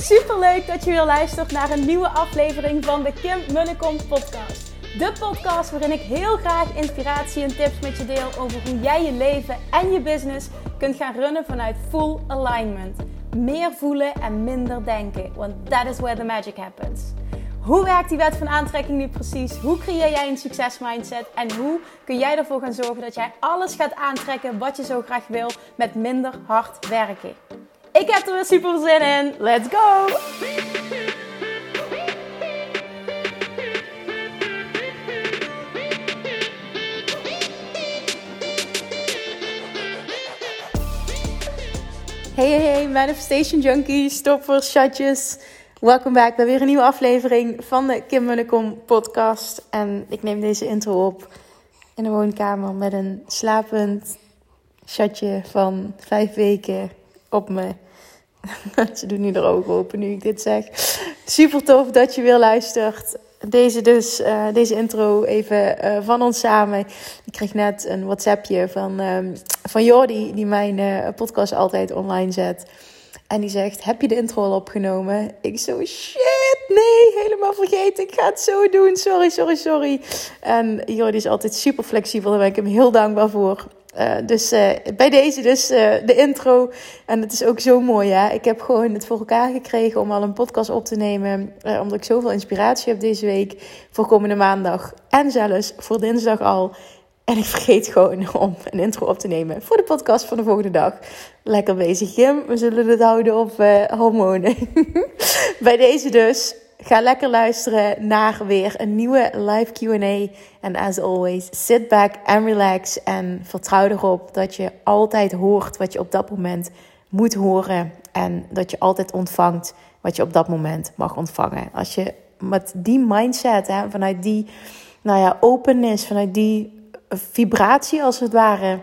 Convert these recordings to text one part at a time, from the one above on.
Superleuk dat je weer luistert naar een nieuwe aflevering van de Kim Munnekom podcast. De podcast waarin ik heel graag inspiratie en tips met je deel over hoe jij je leven en je business kunt gaan runnen vanuit full alignment. Meer voelen en minder denken, want that is where the magic happens. Hoe werkt die wet van aantrekking nu precies? Hoe creëer jij een succesmindset? En hoe kun jij ervoor gaan zorgen dat jij alles gaat aantrekken wat je zo graag wil met minder hard werken? Ik heb er weer super zin in. Let's go! Hey, Manifestation Junkies, toppers, chatjes. Welkom back bij weer een nieuwe aflevering van de Kim Munnekom podcast. En ik neem deze intro op in de woonkamer met een slapend chatje van 5 weken op me. Ze doen nu de ogen open nu ik dit zeg. Super tof dat je weer luistert. Deze intro even van ons samen. Ik kreeg net een WhatsAppje van Jordi, die mijn podcast altijd online zet. En die zegt, heb je de intro al opgenomen? Ik zo, shit, nee, helemaal vergeten. Ik ga het zo doen. Sorry. En Jordi is altijd super flexibel. Daar ben ik hem heel dankbaar voor. Dus bij deze de intro. En het is ook zo mooi, hè. Ik heb gewoon het voor elkaar gekregen om al een podcast op te nemen. Omdat ik zoveel inspiratie heb deze week. Voor komende maandag. En zelfs voor dinsdag al. En ik vergeet gewoon om een intro op te nemen voor de podcast van de volgende dag. Lekker bezig, Kim. We zullen het houden op hormonen. Bij deze dus. Ga lekker luisteren naar weer een nieuwe live Q&A. En as always, sit back and relax. En vertrouw erop dat je altijd hoort wat je op dat moment moet horen. En dat je altijd ontvangt wat je op dat moment mag ontvangen. Als je met die mindset, hè, vanuit die openness, vanuit die vibratie als het ware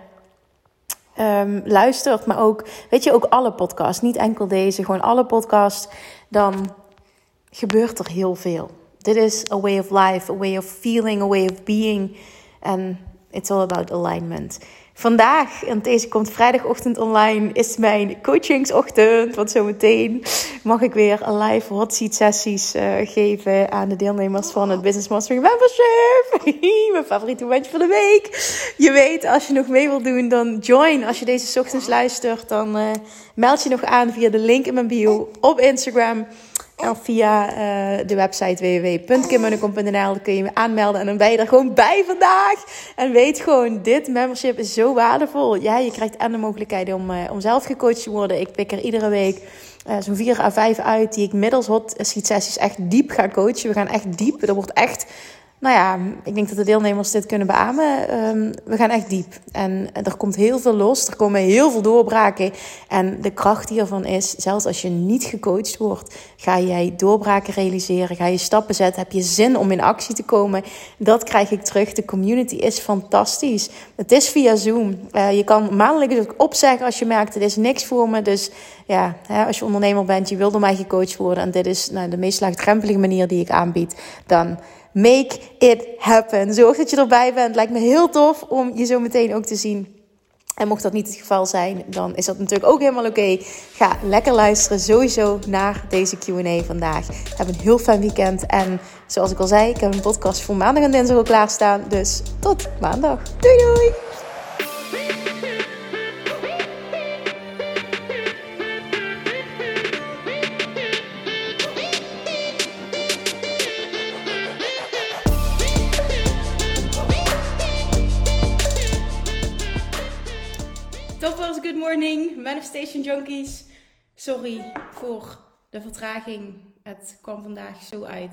luistert. Maar ook, ook alle podcasts. Niet enkel deze, gewoon alle podcasts. Dan gebeurt er heel veel. Dit is a way of life, a way of feeling, a way of being. And it's all about alignment. Vandaag, en deze komt vrijdagochtend online, is mijn coachingsochtend. Want zometeen mag ik weer live hot seat sessies geven aan de deelnemers van het Business Mastery Membership. Mijn favoriete momentje van de week. Je weet, als je nog mee wilt doen, dan join. Als je deze ochtends luistert, dan meld je nog aan via de link in mijn bio op Instagram. Of via de website www.kimmunnekom.nl. Dan kun je me aanmelden en dan ben je er gewoon bij vandaag. En weet gewoon, dit membership is zo waardevol. Ja, je krijgt en de mogelijkheid om zelf gecoacht te worden. Ik pik er iedere week zo'n 4 à 5 uit die ik middels hot seat sessies echt diep ga coachen. We gaan echt diep. Er wordt echt... ik denk dat de deelnemers dit kunnen beamen. We gaan echt diep. En er komt heel veel los. Er komen heel veel doorbraken. En de kracht hiervan is, zelfs als je niet gecoacht wordt, ga jij doorbraken realiseren. Ga je stappen zetten. Heb je zin om in actie te komen. Dat krijg ik terug. De community is fantastisch. Het is via Zoom. Je kan maandelijks ook opzeggen als je merkt, het is niks voor me. Dus ja, als je ondernemer bent, je wil door mij gecoacht worden. En dit is de meest laagdrempelige manier die ik aanbied. Dan make it happen. Zorg dat je erbij bent. Lijkt me heel tof om je zo meteen ook te zien. En mocht dat niet het geval zijn, dan is dat natuurlijk ook helemaal oké. Ga lekker luisteren sowieso naar deze Q&A vandaag. Heb een heel fijn weekend. En zoals ik al zei, ik heb een podcast voor maandag en dinsdag al klaarstaan. Dus tot maandag. Doei! Toppers, good morning, Manifestation Junkies. Sorry voor de vertraging. Het kwam vandaag zo uit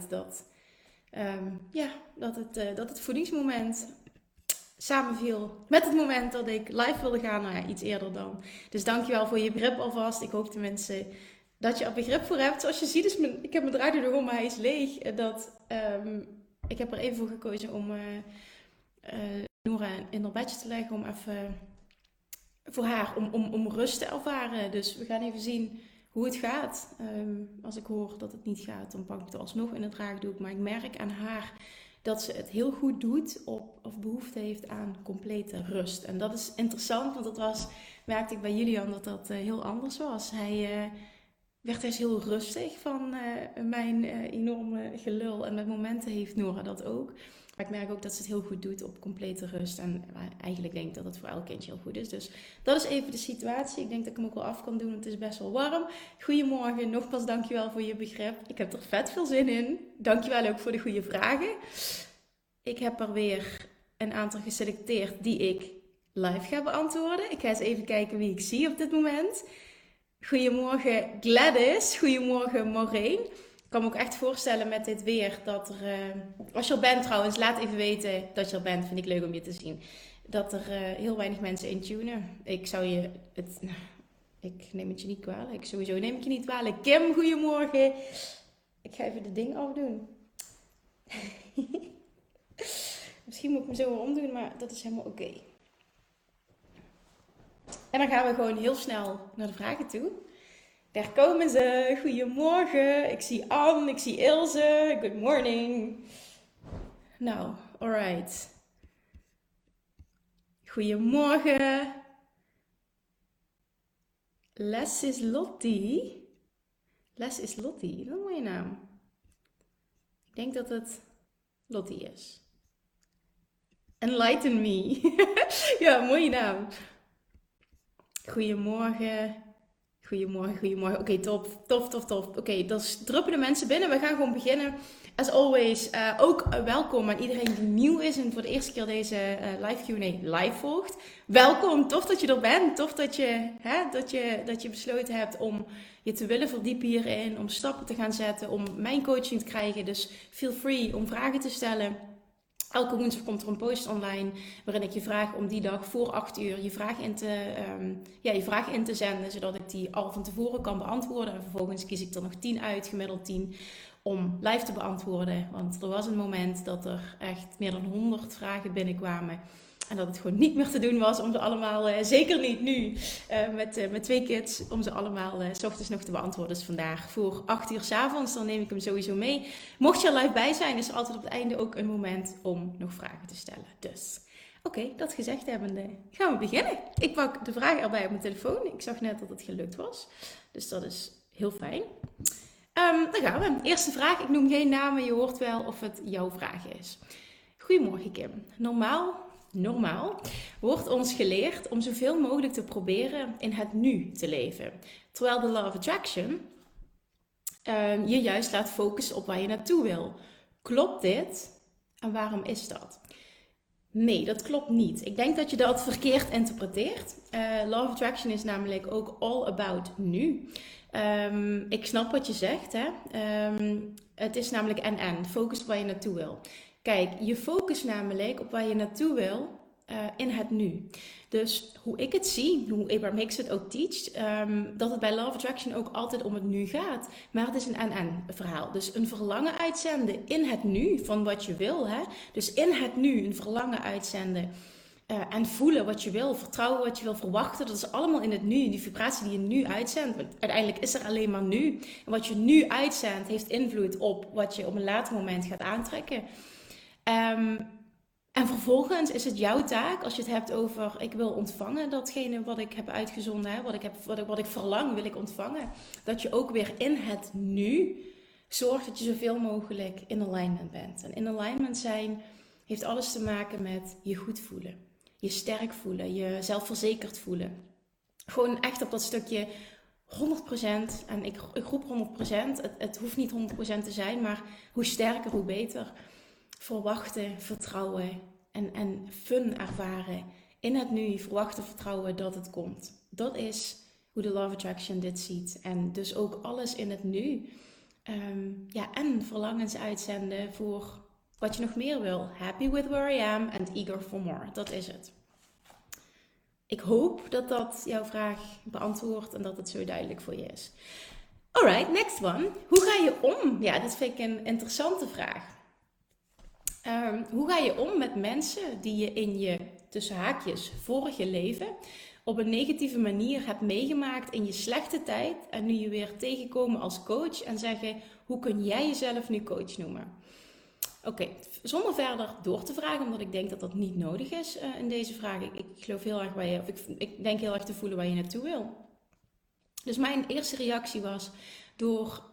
dat het voedingsmoment samenviel met het moment dat ik live wilde gaan. Iets eerder dan. Dus dankjewel voor je begrip alvast. Ik hoop tenminste dat je er begrip voor hebt. Zoals je ziet, ik heb mijn draaidoor nog om, maar hij is leeg. Ik heb er even voor gekozen om Noora in haar bedje te leggen, om even... voor haar, om rust te ervaren. Dus we gaan even zien hoe het gaat. Als ik hoor dat het niet gaat, dan pak ik het alsnog in het draagdoek. Maar ik merk aan haar dat ze het heel goed doet of behoefte heeft aan complete rust. En dat is interessant, want merkte ik bij Julian dat heel anders was. Hij werd hij heel rustig van mijn enorme gelul. En met momenten heeft Nora dat ook. Maar ik merk ook dat ze het heel goed doet op complete rust. En eigenlijk denk ik dat het voor elk kindje heel goed is. Dus dat is even de situatie. Ik denk dat ik hem ook wel af kan doen, want het is best wel warm. Goedemorgen, nogmaals dankjewel voor je begrip. Ik heb er vet veel zin in. Dankjewel ook voor de goede vragen. Ik heb er weer een aantal geselecteerd die ik live ga beantwoorden. Ik ga eens even kijken wie ik zie op dit moment. Goedemorgen Gladys, goedemorgen Maureen. Ik kan me ook echt voorstellen met dit weer dat er, als je er bent trouwens, laat even weten dat je er bent, vind ik leuk om je te zien. Dat er heel weinig mensen intunen. Ik neem het je niet kwalijk, sowieso neem ik je niet kwalijk. Kim, goedemorgen. Ik ga even de ding afdoen. Misschien moet ik me zo weer omdoen, maar dat is helemaal oké. En dan gaan we gewoon heel snel naar de vragen toe. Daar komen ze. Goedemorgen. Ik zie Anne, ik zie Ilse. Good morning. Nou, alright. Goedemorgen. Les is Lottie. Les is Lottie. Dat is een mooie naam. Ik denk dat het Lottie is. Enlighten me. Ja, mooie naam. Goedemorgen. Goedemorgen. Oké, top. Oké, dus druppen de mensen binnen. We gaan gewoon beginnen. As always, ook welkom aan iedereen die nieuw is en voor de eerste keer deze live Q&A live volgt. Welkom, tof dat je er bent. Tof dat je besloten hebt om je te willen verdiepen hierin, om stappen te gaan zetten, om mijn coaching te krijgen. Dus feel free om vragen te stellen. Elke woensdag komt er een post online waarin ik je vraag om die dag voor 8 uur je vraag in te zenden, zodat ik die al van tevoren kan beantwoorden. En vervolgens kies ik er nog 10 uit, gemiddeld 10, om live te beantwoorden. Want er was een moment dat er echt meer dan 100 vragen binnenkwamen. En dat het gewoon niet meer te doen was om ze allemaal, zeker niet nu, met 2 kids, om ze allemaal 's ochtends nog te beantwoorden. Dus vandaag voor 8 uur 's avonds, dan neem ik hem sowieso mee. Mocht je er live bij zijn, is er altijd op het einde ook een moment om nog vragen te stellen. Dus, oké, dat gezegd hebbende, gaan we beginnen. Ik pak de vraag erbij op mijn telefoon. Ik zag net dat het gelukt was. Dus dat is heel fijn. Dan gaan we. Eerste vraag. Ik noem geen namen, je hoort wel of het jouw vraag is. Goedemorgen Kim. Normaal wordt ons geleerd om zoveel mogelijk te proberen in het nu te leven. Terwijl de Law of Attraction je juist laat focussen op waar je naartoe wil. Klopt dit? En waarom is dat? Nee, dat klopt niet. Ik denk dat je dat verkeerd interpreteert. Law of Attraction is namelijk ook all about nu. Ik snap wat je zegt. Hè? Het is namelijk en. Focus op waar je naartoe wil. Kijk, je focust namelijk op waar je naartoe wil in het nu. Dus hoe ik het zie, hoe Abraham Hicks het ook teacht, dat het bij Law of Attraction ook altijd om het nu gaat. Maar het is een en verhaal. Dus een verlangen uitzenden in het nu van wat je wil. Hè? Dus in het nu een verlangen uitzenden. En voelen wat je wil, vertrouwen wat je wil, verwachten. Dat is allemaal in het nu, die vibratie die je nu uitzendt. Want uiteindelijk is er alleen maar nu. En wat je nu uitzendt heeft invloed op wat je op een later moment gaat aantrekken. En vervolgens is het jouw taak, als je het hebt over ik wil ontvangen, datgene wat ik heb uitgezonden, hè, wat ik verlang, wil ik ontvangen. Dat je ook weer in het nu zorgt dat je zoveel mogelijk in alignment bent. En in alignment zijn heeft alles te maken met je goed voelen. Je sterk voelen, je zelfverzekerd voelen. Gewoon echt op dat stukje 100%. En ik roep 100%. Het hoeft niet 100% te zijn, maar hoe sterker, hoe beter. Verwachten, vertrouwen en fun ervaren. In het nu verwachten, vertrouwen dat het komt. Dat is hoe de Law of Attraction dit ziet. En dus ook alles in het nu. En verlangens uitzenden voor wat je nog meer wil. Happy with where I am and eager for more. Dat is het. Ik hoop dat dat jouw vraag beantwoordt en dat het zo duidelijk voor je is. Alright, next one. Hoe ga je om? Ja, dat vind ik een interessante vraag. Hoe ga je om met mensen die je in je, tussen haakjes, vorige leven op een negatieve manier hebt meegemaakt in je slechte tijd en nu je weer tegenkomen als coach en zeggen, hoe kun jij jezelf nu coach noemen? Oké, zonder verder door te vragen, omdat ik denk dat dat niet nodig is in deze vraag. Ik geloof heel erg ik denk heel erg te voelen waar je naartoe wil. Dus mijn eerste reactie was, door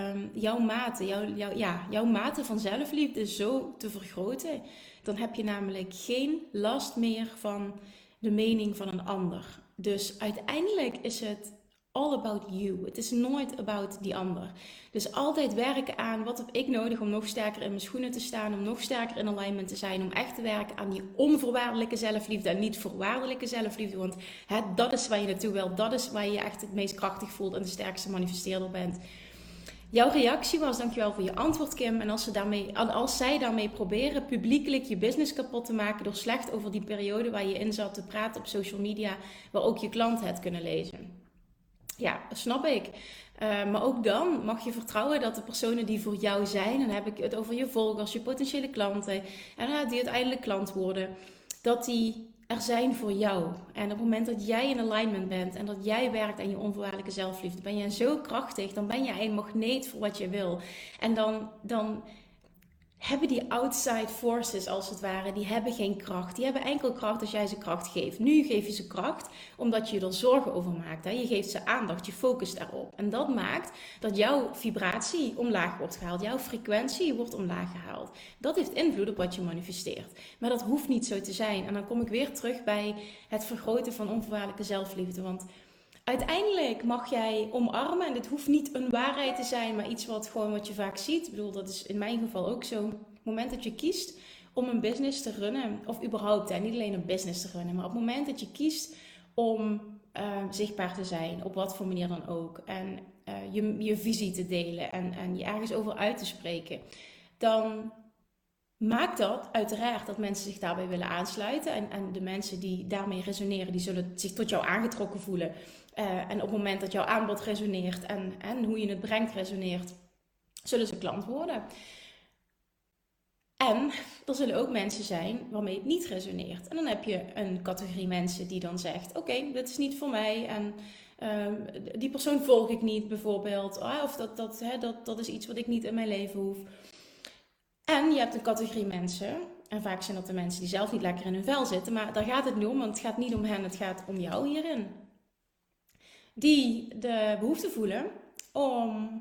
jouw mate van zelfliefde zo te vergroten. Dan heb je namelijk geen last meer van de mening van een ander. Dus uiteindelijk is het all about you. Het is nooit about die ander. Dus altijd werken aan wat heb ik nodig om nog sterker in mijn schoenen te staan, om nog sterker in alignment te zijn, om echt te werken aan die onvoorwaardelijke zelfliefde en niet voorwaardelijke zelfliefde. Want dat is waar je naartoe wilt, dat is waar je je echt het meest krachtig voelt en de sterkste manifesteerder bent. Jouw reactie was, dankjewel voor je antwoord, Kim. En als zij daarmee proberen publiekelijk je business kapot te maken door slecht over die periode waar je in zat te praten op social media, waar ook je klanten het kunnen lezen. Ja, dat snap ik. Maar ook dan mag je vertrouwen dat de personen die voor jou zijn, en dan heb ik het over je volgers, je potentiële klanten, en die uiteindelijk klant worden, dat die er zijn voor jou. En op het moment dat jij in alignment bent en dat jij werkt aan je onvoorwaardelijke zelfliefde, ben jij zo krachtig, dan ben jij een magneet voor wat je wil. En dan hebben die outside forces als het ware, die hebben geen kracht. Die hebben enkel kracht als jij ze kracht geeft. Nu geef je ze kracht omdat je er zorgen over maakt. Hè? Je geeft ze aandacht, je focust daarop. En dat maakt dat jouw vibratie omlaag wordt gehaald. Jouw frequentie wordt omlaag gehaald. Dat heeft invloed op wat je manifesteert. Maar dat hoeft niet zo te zijn. En dan kom ik weer terug bij het vergroten van onvoorwaardelijke zelfliefde. Want uiteindelijk mag jij omarmen, en dit hoeft niet een waarheid te zijn, maar iets wat je vaak ziet. Ik bedoel, dat is in mijn geval ook zo. Op het moment dat je kiest om een business te runnen, of überhaupt, niet alleen een business te runnen, maar op het moment dat je kiest om zichtbaar te zijn, op wat voor manier dan ook, en je visie te delen en je ergens over uit te spreken, dan maakt dat uiteraard dat mensen zich daarbij willen aansluiten. En de mensen die daarmee resoneren, die zullen zich tot jou aangetrokken voelen. En op het moment dat jouw aanbod resoneert en hoe je het brengt resoneert, zullen ze klant worden. En er zullen ook mensen zijn waarmee het niet resoneert. En dan heb je een categorie mensen die dan zegt, oké, dit is niet voor mij. En die persoon volg ik niet bijvoorbeeld. Of dat is iets wat ik niet in mijn leven hoef. En je hebt een categorie mensen, en vaak zijn dat de mensen die zelf niet lekker in hun vel zitten, maar daar gaat het niet om, want het gaat niet om hen, het gaat om jou hierin. Die de behoefte voelen om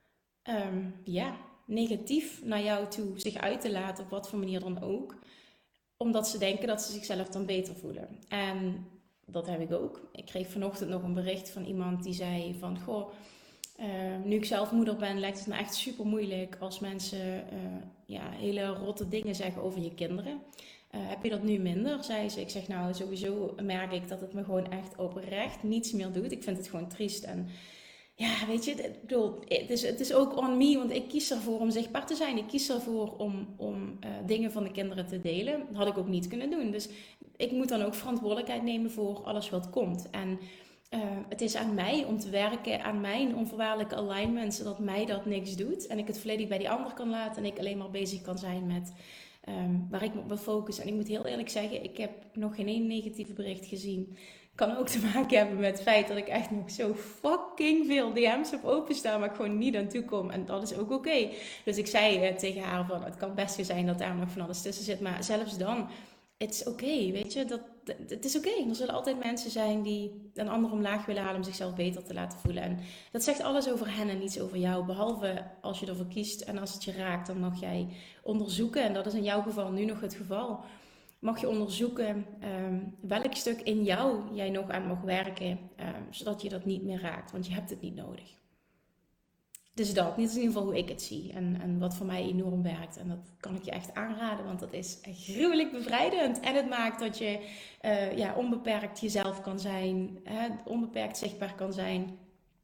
negatief naar jou toe zich uit te laten, op wat voor manier dan ook, omdat ze denken dat ze zichzelf dan beter voelen. En dat heb ik ook. Ik kreeg vanochtend nog een bericht van iemand die zei van, goh, nu ik zelf moeder ben, lijkt het me echt super moeilijk als mensen hele rotte dingen zeggen over je kinderen. Heb je dat nu minder, zei ze. Ik zeg nou, sowieso merk ik dat het me gewoon echt oprecht niets meer doet. Ik vind het gewoon triest. En ja, weet je, het is ook on me, want ik kies ervoor om zichtbaar te zijn. Ik kies ervoor om dingen van de kinderen te delen. Dat had ik ook niet kunnen doen. Dus ik moet dan ook verantwoordelijkheid nemen voor alles wat komt. En het is aan mij om te werken aan mijn onvoorwaardelijke alignment, zodat mij dat niks doet. En ik het volledig bij die ander kan laten en ik alleen maar bezig kan zijn met waar ik me op wil focussen. En ik moet heel eerlijk zeggen, ik heb nog geen één negatieve bericht gezien. Kan ook te maken hebben met het feit dat ik echt nog zo fucking veel DM's heb openstaan, waar ik gewoon niet aan toe kom. En dat is ook oké. Dus ik zei tegen haar van, het kan best zijn dat daar nog van alles tussen zit. Maar zelfs dan, het is oké, weet je. Het is oké. Er zullen altijd mensen zijn die een ander omlaag willen halen om zichzelf beter te laten voelen. En dat zegt alles over hen en niets over jou. Behalve als je ervoor kiest en als het je raakt, dan mag jij onderzoeken. En dat is in jouw geval nu nog het geval. Mag je onderzoeken welk stuk in jou jij nog aan mag werken, zodat je dat niet meer raakt, want je hebt het niet nodig. Dus dit is in ieder geval hoe ik het zie en wat voor mij enorm werkt. En dat kan ik je echt aanraden, want dat is gruwelijk bevrijdend. En het maakt dat je onbeperkt jezelf kan zijn, onbeperkt zichtbaar kan zijn.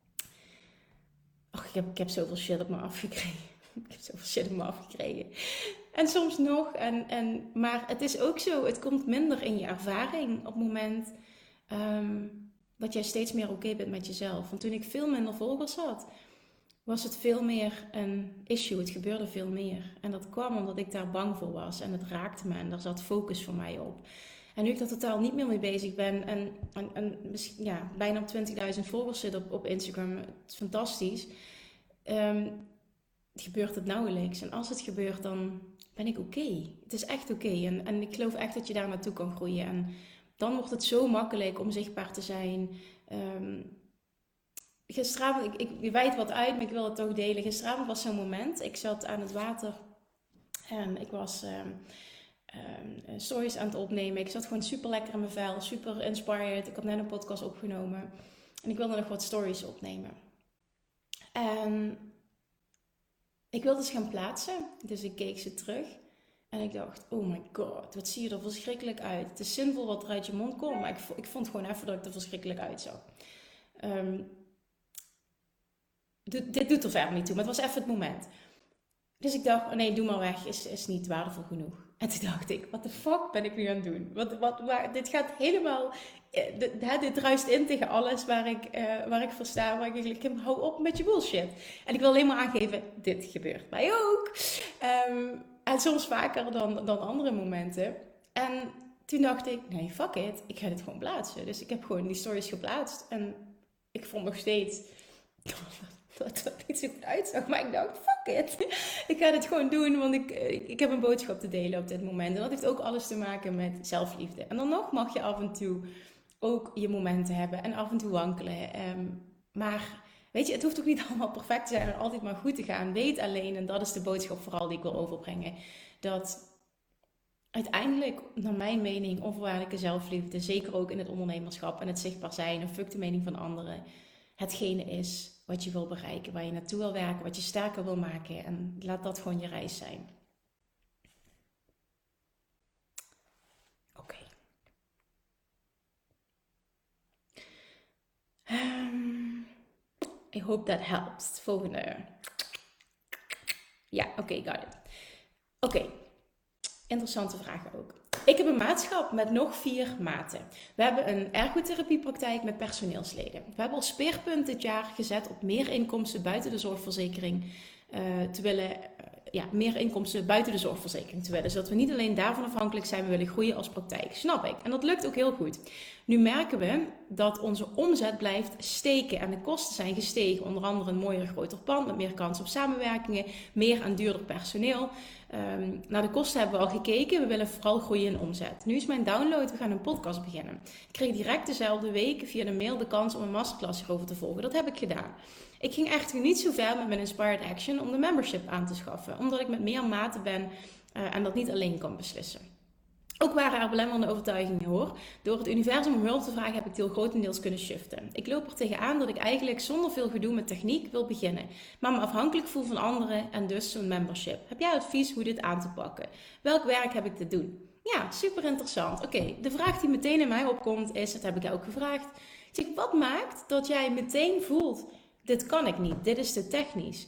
Ach, ik heb zoveel shit op me afgekregen. En soms nog. Maar het is ook zo, het komt minder in je ervaring op het moment dat jij steeds meer oké bent met jezelf. Want toen ik veel minder volgers had, was het veel meer een issue. Het gebeurde veel meer. En dat kwam omdat ik daar bang voor was. En het raakte me en daar zat focus voor mij op. En nu ik daar totaal niet meer mee bezig ben en bijna op 20.000 volgers zit op Instagram, het is fantastisch, gebeurt het nauwelijks. En als het gebeurt, dan ben ik oké. Het is echt oké. En ik geloof echt dat je daar naartoe kan groeien. En dan wordt het zo makkelijk om zichtbaar te zijn. gisteravond, ik wijd wat uit, maar ik wil het toch delen. Gisteravond was zo'n moment. Ik zat aan het water en ik was stories aan het opnemen. Ik zat gewoon super lekker in mijn vel, super inspired. Ik had net een podcast opgenomen en ik wilde nog wat stories opnemen. En ik wilde ze gaan plaatsen, dus ik keek ze terug. En ik dacht, oh my god, wat zie je er verschrikkelijk uit. Het is zinvol wat er uit je mond komt, maar ik vond gewoon even dat ik er verschrikkelijk uitzag. Dit doet er verder niet toe, maar het was even het moment. Dus ik dacht, oh nee, doe maar weg, is niet waardevol genoeg. En toen dacht ik, wat de fuck ben ik nu aan het doen? Dit gaat helemaal, dit ruist in tegen alles waar ik voor sta, waar ik denk, hou op met je bullshit. En ik wil alleen maar aangeven, dit gebeurt mij ook. En soms vaker dan andere momenten. En toen dacht ik, nee, fuck it, ik ga dit gewoon plaatsen. Dus ik heb gewoon die stories geplaatst. En ik vond nog steeds dat het niet zo goed uitzag. Maar ik dacht, fuck it. Ik ga dit gewoon doen, want ik heb een boodschap te delen op dit moment. En dat heeft ook alles te maken met zelfliefde. En dan nog mag je af en toe ook je momenten hebben en af en toe wankelen. Maar weet je, het hoeft ook niet allemaal perfect te zijn en altijd maar goed te gaan. Weet alleen, en dat is de boodschap vooral die ik wil overbrengen, dat uiteindelijk, naar mijn mening, onvoorwaardelijke zelfliefde, zeker ook in het ondernemerschap en het zichtbaar zijn en fuck de mening van anderen, hetgene is wat je wil bereiken, waar je naartoe wil werken, wat je sterker wil maken. En laat dat gewoon je reis zijn. Oké. I hope that helps. Volgende. Ja, oké, got it. Oké. Interessante vragen ook. Ik heb een maatschap met nog 4 maten. We hebben een ergotherapiepraktijk met personeelsleden. We hebben als speerpunt dit jaar gezet op meer inkomsten buiten de zorgverzekering te willen. Meer inkomsten buiten de zorgverzekering te willen. Zodat we niet alleen daarvan afhankelijk zijn, we willen groeien als praktijk. Snap ik. En dat lukt ook heel goed. Nu merken we dat onze omzet blijft steken en de kosten zijn gestegen. Onder andere een mooier, groter pand met meer kans op samenwerkingen, meer en duurder personeel. Naar de kosten hebben we al gekeken. We willen vooral groeien in omzet. Nu is mijn download, we gaan een podcast beginnen. Ik kreeg direct dezelfde week via de mail de kans om een masterclass hierover te volgen. Dat heb ik gedaan. Ik ging echt niet zo ver met mijn Inspired Action om de membership aan te schaffen. Omdat ik met meer maten ben en dat niet alleen kan beslissen. Ook waren er belemmerende overtuigingen hoor. Door het universum om hulp te vragen heb ik deel grotendeels kunnen shiften. Ik loop er tegenaan dat ik eigenlijk zonder veel gedoe met techniek wil beginnen. Maar me afhankelijk voel van anderen en dus zo'n membership. Heb jij advies hoe dit aan te pakken? Welk werk heb ik te doen? Ja, super interessant. Oké, de vraag die meteen in mij opkomt is, dat heb ik jou ook gevraagd. Zeg, wat maakt dat jij meteen voelt, dit kan ik niet, dit is te technisch?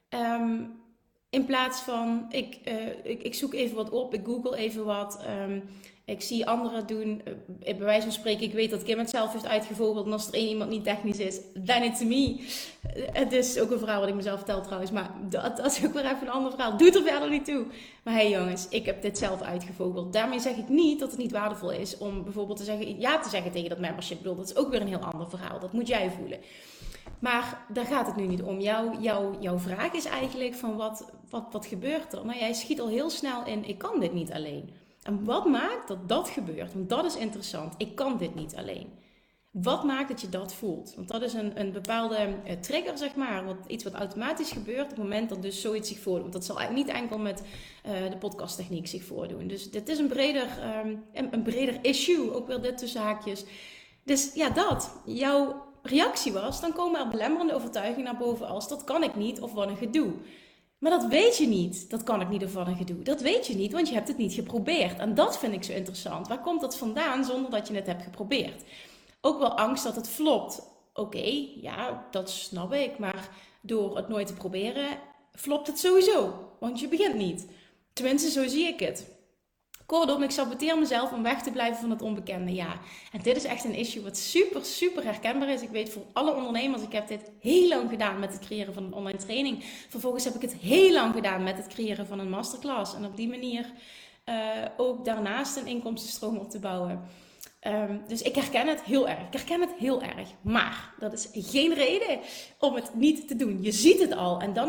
In plaats van, ik zoek even wat op, ik google even wat. Ik zie anderen doen. Bij wijze van spreken, ik weet dat Kim het zelf heeft uitgevogeld. En als er één iemand niet technisch is, then it's me. Het is ook een verhaal wat ik mezelf vertel trouwens. Maar dat is ook weer even een ander verhaal. Doet er verder niet toe. Maar hey jongens, ik heb dit zelf uitgevogeld. Daarmee zeg ik niet dat het niet waardevol is om bijvoorbeeld te zeggen, ja te zeggen tegen dat membership. Ik bedoel, dat is ook weer een heel ander verhaal. Dat moet jij voelen. Maar daar gaat het nu niet om. Jouw vraag is eigenlijk van wat gebeurt er? Nou, jij schiet al heel snel in, ik kan dit niet alleen. En wat maakt dat dat gebeurt? Want dat is interessant. Ik kan dit niet alleen. Wat maakt dat je dat voelt? Want dat is een bepaalde trigger, zeg maar. Iets wat automatisch gebeurt op het moment dat dus zoiets zich voordoet. Want dat zal eigenlijk niet enkel met de podcasttechniek zich voordoen. Dus dit is een breder issue. Ook weer dit tussen haakjes. Dus ja, dat. Jouw reactie was, dan komen er belemmerende overtuigingen naar boven als dat kan ik niet of wat een gedoe. Maar dat weet je niet, dat kan ik niet of wat een gedoe. Dat weet je niet, want je hebt het niet geprobeerd. En dat vind ik zo interessant. Waar komt dat vandaan zonder dat je het hebt geprobeerd? Ook wel angst dat het flopt. Oké, ja, dat snap ik. Maar door het nooit te proberen, flopt het sowieso. Want je begint niet. Tenminste, zo zie ik het. Kortom, ik saboteer mezelf om weg te blijven van het onbekende. Ja, en dit is echt een issue wat super, super herkenbaar is. Ik weet voor alle ondernemers, ik heb dit heel lang gedaan met het creëren van een online training. Vervolgens heb ik het heel lang gedaan met het creëren van een masterclass. En op die manier ook daarnaast een inkomstenstroom op te bouwen. Dus ik herken het heel erg. Maar dat is geen reden om het niet te doen. Je ziet het al. En dan is het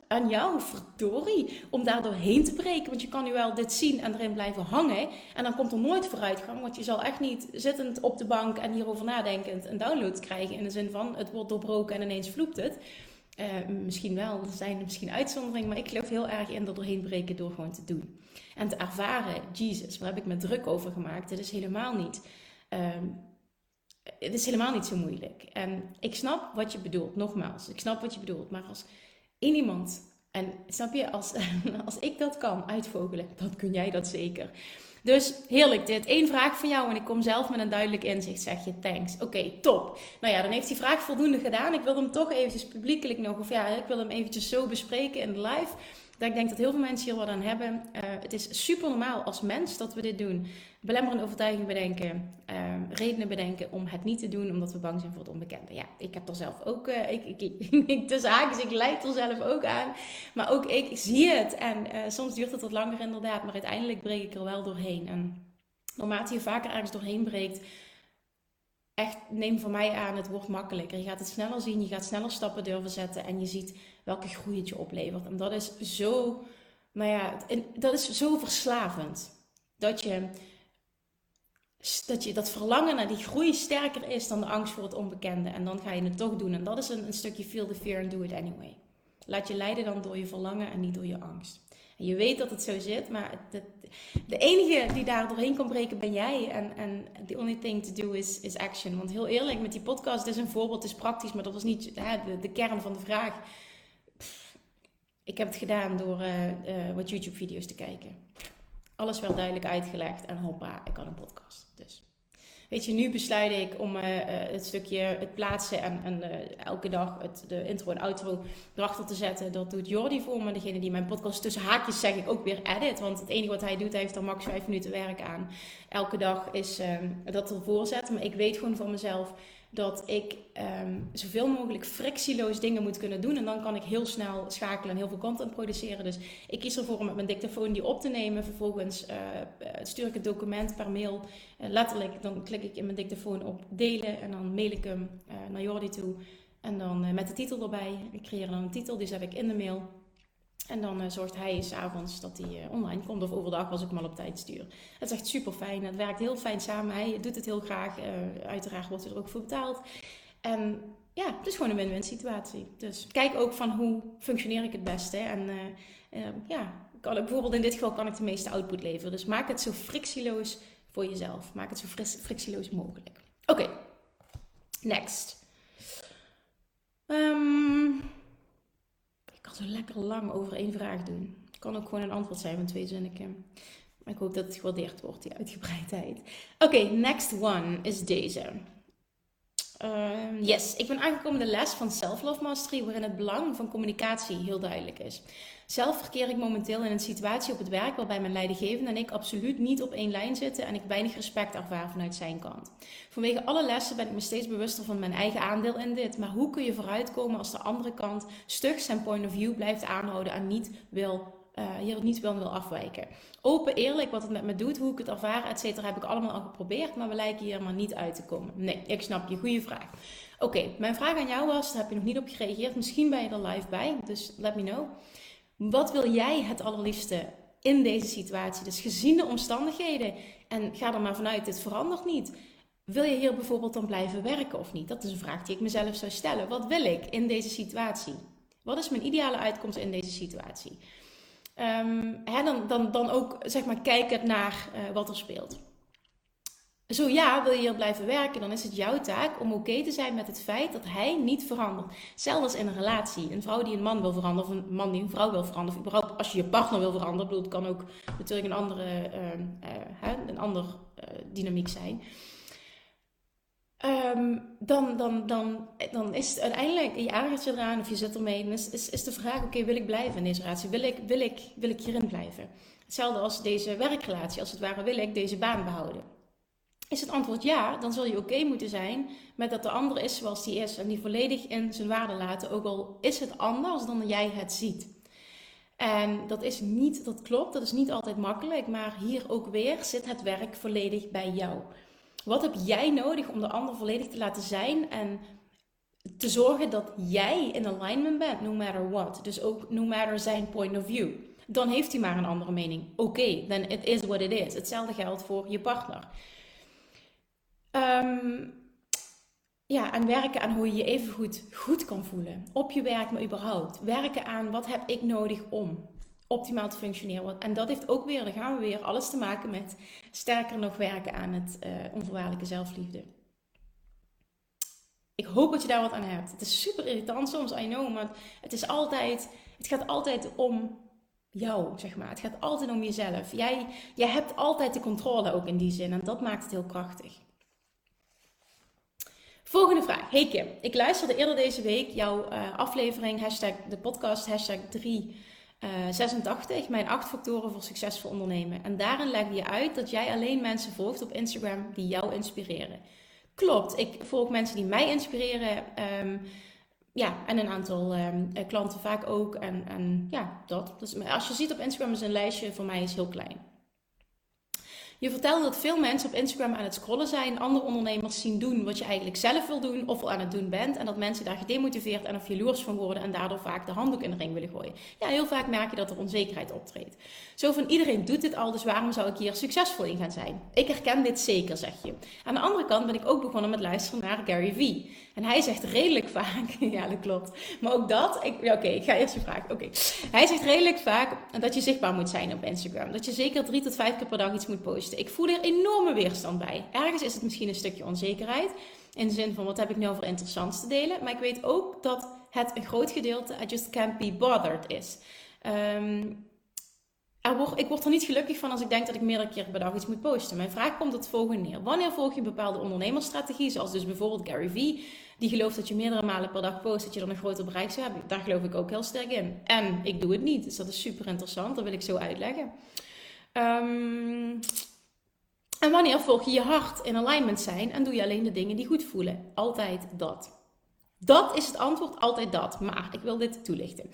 aan jou, verdorie, om daar doorheen te breken. Want je kan nu wel dit zien en erin blijven hangen. En dan komt er nooit vooruitgang. Want je zal echt niet zittend op de bank en hierover nadenkend een download krijgen. In de zin van, het wordt doorbroken en ineens vloept het. Misschien wel, er zijn misschien uitzonderingen. Maar ik geloof heel erg in er doorheen breken door gewoon te doen. En te ervaren, Jesus, waar heb ik me druk over gemaakt? Het is helemaal niet... Het is helemaal niet zo moeilijk. En ik snap wat je bedoelt, nogmaals. Ik snap wat je bedoelt. Maar als één iemand, en snap je, als ik dat kan uitvogelen, dan kun jij dat zeker. Dus heerlijk dit. 1 vraag van jou en ik kom zelf met een duidelijk inzicht. Zeg je thanks. Oké, top. Nou ja, dan heeft die vraag voldoende gedaan. Ik wil hem toch eventjes publiekelijk nog, of ja, ik wil hem eventjes zo bespreken in de live. Dat ik denk dat heel veel mensen hier wat aan hebben. Het is super normaal als mens dat we dit doen. Belemmerende overtuiging bedenken. Redenen bedenken om het niet te doen. Omdat we bang zijn voor het onbekende. Ja, ik heb er zelf ook... tussen haakjes, ik leid er zelf ook aan. Maar ook ik zie het. En soms duurt het wat langer inderdaad. Maar uiteindelijk breek ik er wel doorheen. En naarmate je vaker ergens doorheen breekt... Echt, neem van mij aan, het wordt makkelijker. Je gaat het sneller zien, je gaat sneller stappen durven zetten en je ziet welke groei het je oplevert. En dat is zo, nou ja, dat is zo verslavend. Dat verlangen naar die groei sterker is dan de angst voor het onbekende. En dan ga je het toch doen. En dat is een stukje feel the fear and do it anyway. Laat je leiden dan door je verlangen en niet door je angst. En je weet dat het zo zit, maar de enige die daar doorheen kan breken ben jij. En the only thing to do is action. Want heel eerlijk, met die podcast, dit is een voorbeeld, het is praktisch, maar dat was niet de kern van de vraag. Ik heb het gedaan door wat YouTube-video's te kijken. Alles wel duidelijk uitgelegd en hoppa, ik had een podcast. Dus weet je, nu besluit ik om het stukje, het plaatsen en elke dag de intro en outro erachter te zetten. Dat doet Jordi voor me. Degene die mijn podcast tussen haakjes zeg ik ook weer edit. Want het enige wat hij doet, hij heeft er max 5 minuten werk aan. Elke dag is dat ervoor zetten. Maar ik weet gewoon van mezelf dat ik zoveel mogelijk frictieloos dingen moet kunnen doen. En dan kan ik heel snel schakelen en heel veel content produceren. Dus ik kies ervoor om met mijn dictafoon die op te nemen. Vervolgens stuur ik het document per mail. Letterlijk, dan klik ik in mijn dictafoon op delen. En dan mail ik hem naar Jordi toe. En dan met de titel erbij. Ik creëer dan een titel, die zet ik in de mail. En dan zorgt hij 's avonds dat hij online komt. Of overdag als ik hem al op tijd stuur. Het is echt super fijn. Het werkt heel fijn samen. Hij doet het heel graag. Uiteraard wordt hij er ook voor betaald. En ja, het is gewoon een win-win situatie. Dus kijk ook van hoe functioneer ik het beste. En bijvoorbeeld in dit geval kan ik de meeste output leveren. Dus maak het zo frictieloos voor jezelf. Maak het zo frictieloos mogelijk. Oké, next. Ik kan zo lekker lang over 1 vraag doen. Het kan ook gewoon een antwoord zijn van 2 zinnen. Maar ik hoop dat het gewaardeerd wordt, die uitgebreidheid. Oké, next one is deze. Yes, ik ben aangekomen in de les van Self-Love Mastery, waarin het belang van communicatie heel duidelijk is. Zelf verkeer ik momenteel in een situatie op het werk waarbij mijn leidinggevende en ik absoluut niet op één lijn zitten en ik weinig respect ervaar vanuit zijn kant. Vanwege alle lessen ben ik me steeds bewuster van mijn eigen aandeel in dit, maar hoe kun je vooruitkomen als de andere kant stug zijn point of view blijft aanhouden en hier niet wil afwijken. Open, eerlijk, wat het met me doet, hoe ik het ervaar, et cetera, heb ik allemaal al geprobeerd, maar we lijken hier maar niet uit te komen. Nee, ik snap je. Goeie vraag. Oké, mijn vraag aan jou was, daar heb je nog niet op gereageerd, misschien ben je er live bij, dus let me know. Wat wil jij het allerliefste in deze situatie? Dus gezien de omstandigheden, en ga er maar vanuit, dit verandert niet. Wil je hier bijvoorbeeld dan blijven werken of niet? Dat is een vraag die ik mezelf zou stellen. Wat wil ik in deze situatie? Wat is mijn ideale uitkomst in deze situatie? Dan ook zeg maar kijkend naar wat er speelt. Zo ja, wil je hier blijven werken, dan is het jouw taak om oké te zijn met het feit dat hij niet verandert. Zelfs als in een relatie. Een vrouw die een man wil veranderen, of een man die een vrouw wil veranderen, of überhaupt als je je partner wil veranderen. Ik bedoel, het kan ook natuurlijk een andere dynamiek zijn. Dan is het uiteindelijk, je ergert je eraan of je zit ermee, dan is de vraag, oké, wil ik blijven in deze relatie? Wil ik hierin blijven? Hetzelfde als deze werkrelatie, als het ware wil ik deze baan behouden. Is het antwoord ja, dan zul je oké moeten zijn met dat de ander is zoals die is en die volledig in zijn waarde laten, ook al is het anders dan jij het ziet. En dat klopt, dat is niet altijd makkelijk, maar hier ook weer zit het werk volledig bij jou. Wat heb jij nodig om de ander volledig te laten zijn en te zorgen dat jij in alignment bent, no matter what. Dus ook no matter zijn point of view. Dan heeft hij maar een andere mening. Oké, then it is what it is. Hetzelfde geldt voor je partner. Ja, en werken aan hoe je je even goed kan voelen. Op je werk, maar überhaupt. Werken aan wat heb ik nodig om optimaal te functioneren. En dat heeft ook weer, dan gaan we weer, alles te maken met sterker nog werken aan het onvoorwaardelijke zelfliefde. Ik hoop dat je daar wat aan hebt. Het is super irritant soms, I know, maar het gaat altijd om jou, zeg maar. Het gaat altijd om jezelf. Jij hebt altijd de controle ook in die zin en dat maakt het heel krachtig. Volgende vraag. Hey Kim, ik luisterde eerder deze week jouw aflevering, de podcast, #386, mijn 8 factoren voor succesvol ondernemen. En daarin legde je uit dat jij alleen mensen volgt op Instagram die jou inspireren. Klopt, ik volg mensen die mij inspireren. En een aantal klanten vaak ook. En ja, dat. Dus als je ziet op Instagram is een lijstje, voor mij is heel klein. Je vertelde dat veel mensen op Instagram aan het scrollen zijn, andere ondernemers zien doen wat je eigenlijk zelf wil doen of al aan het doen bent. En dat mensen daar gedemotiveerd en of jaloers van worden en daardoor vaak de handdoek in de ring willen gooien. Ja, heel vaak merk je dat er onzekerheid optreedt. Zo van iedereen doet dit al, dus waarom zou ik hier succesvol in gaan zijn? Ik herken dit zeker, zeg je. Aan de andere kant ben ik ook begonnen met luisteren naar Gary Vee. En hij zegt redelijk vaak, ja dat klopt, maar ook dat, ik ga eerst je vraag. Hij zegt redelijk vaak dat je zichtbaar moet zijn op Instagram. Dat je zeker 3 tot 5 keer per dag iets moet posten. Ik voel er enorme weerstand bij. Ergens is het misschien een stukje onzekerheid, in de zin van wat heb ik nou voor interessants te delen. Maar ik weet ook dat het een groot gedeelte I just can't be bothered is. Ik word er niet gelukkig van als ik denk dat ik meerdere keer per dag iets moet posten. Mijn vraag komt op het volgende neer. Wanneer volg je een bepaalde ondernemersstrategie, zoals dus bijvoorbeeld Gary Vee, die gelooft dat je meerdere malen per dag post, dat je dan een groter bereik zou hebben? Daar geloof ik ook heel sterk in. En ik doe het niet, dus dat is super interessant. Dat wil ik zo uitleggen. En wanneer volg je je hart in alignment zijn en doe je alleen de dingen die goed voelen? Altijd dat. Dat is het antwoord, altijd dat. Maar ik wil dit toelichten.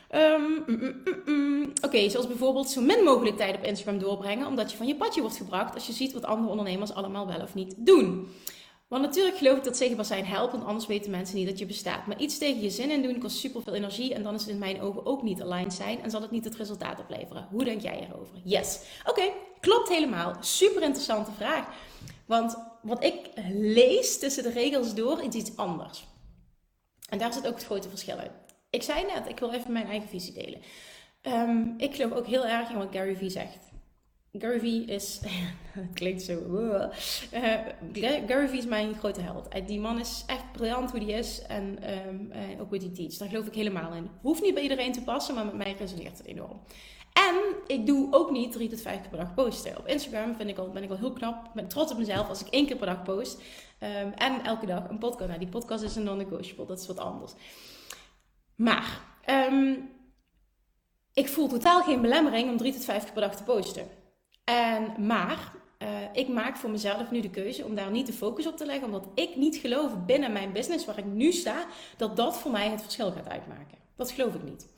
Zoals bijvoorbeeld zo min mogelijk tijd op Instagram doorbrengen, omdat je van je padje wordt gebracht als je ziet wat andere ondernemers allemaal wel of niet doen. Want natuurlijk geloof ik dat zichtbaar zijn helpt, want anders weten mensen niet dat je bestaat. Maar iets tegen je zin in doen kost super veel energie en dan is het in mijn ogen ook niet aligned zijn en zal het niet het resultaat opleveren. Hoe denk jij erover? Yes. Klopt helemaal. Super interessante vraag. Want wat ik lees tussen de regels door is iets anders. En daar zit ook het grote verschil in. Ik zei net, ik wil even mijn eigen visie delen. Ik geloof ook heel erg in wat Gary Vee zegt. Gary Vee is... het klinkt zo... Gary Vee is mijn grote held. Die man is echt briljant hoe die is. En ook hoe die teacht. Daar geloof ik helemaal in. Hoeft niet bij iedereen te passen, maar met mij resoneert het enorm. En ik doe ook niet 3 tot 5 keer per dag posten. Op Instagram ben ik al heel knap. Ik ben trots op mezelf als ik 1 keer per dag post. En elke dag een podcast. Nou, die podcast is een non-negotiable. Dat is wat anders. Maar... ik voel totaal geen belemmering om 3 tot 5 keer per dag te posten. Maar ik maak voor mezelf nu de keuze om daar niet de focus op te leggen. Omdat ik niet geloof binnen mijn business waar ik nu sta, dat dat voor mij het verschil gaat uitmaken. Dat geloof ik niet.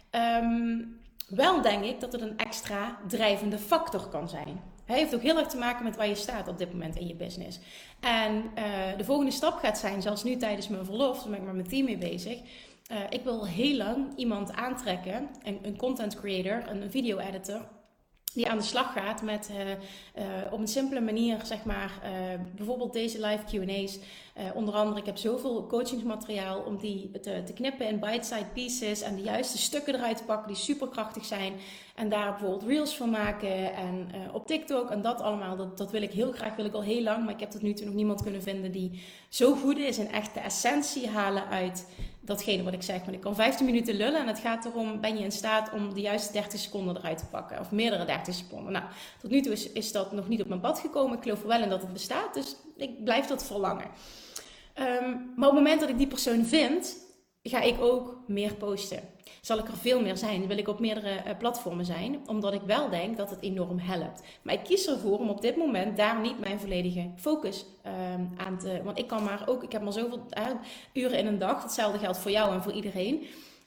Wel denk ik dat het een extra drijvende factor kan zijn. Hij heeft ook heel erg te maken met waar je staat op dit moment in je business. En de volgende stap gaat zijn, zelfs nu tijdens mijn verlof, daar ben ik met mijn team mee bezig. Ik wil heel lang iemand aantrekken, een content creator, een video editor, die aan de slag gaat met op een simpele manier, zeg maar, bijvoorbeeld deze live Q&A's. Onder andere, ik heb zoveel coachingsmateriaal om die te knippen in bite-sized pieces en de juiste stukken eruit te pakken die superkrachtig zijn. En daar bijvoorbeeld reels van maken en op TikTok en dat allemaal. Dat wil ik heel graag, wil ik al heel lang, maar ik heb tot nu toe nog niemand kunnen vinden die zo goed is en echt de essentie halen uit datgene wat ik zeg. Want ik kan 15 minuten lullen en het gaat erom, ben je in staat om de juiste 30 seconden eruit te pakken? Of meerdere 30 seconden. Nou, tot nu toe is dat nog niet op mijn pad gekomen. Ik geloof er wel in dat het bestaat, dus ik blijf dat verlangen. Maar op het moment dat ik die persoon vind, ga ik ook meer posten. Zal ik er veel meer zijn, wil ik op meerdere platformen zijn, omdat ik wel denk dat het enorm helpt. Maar ik kies ervoor om op dit moment daar niet mijn volledige focus aan te... Want ik heb maar zoveel uren in een dag, hetzelfde geldt voor jou en voor iedereen.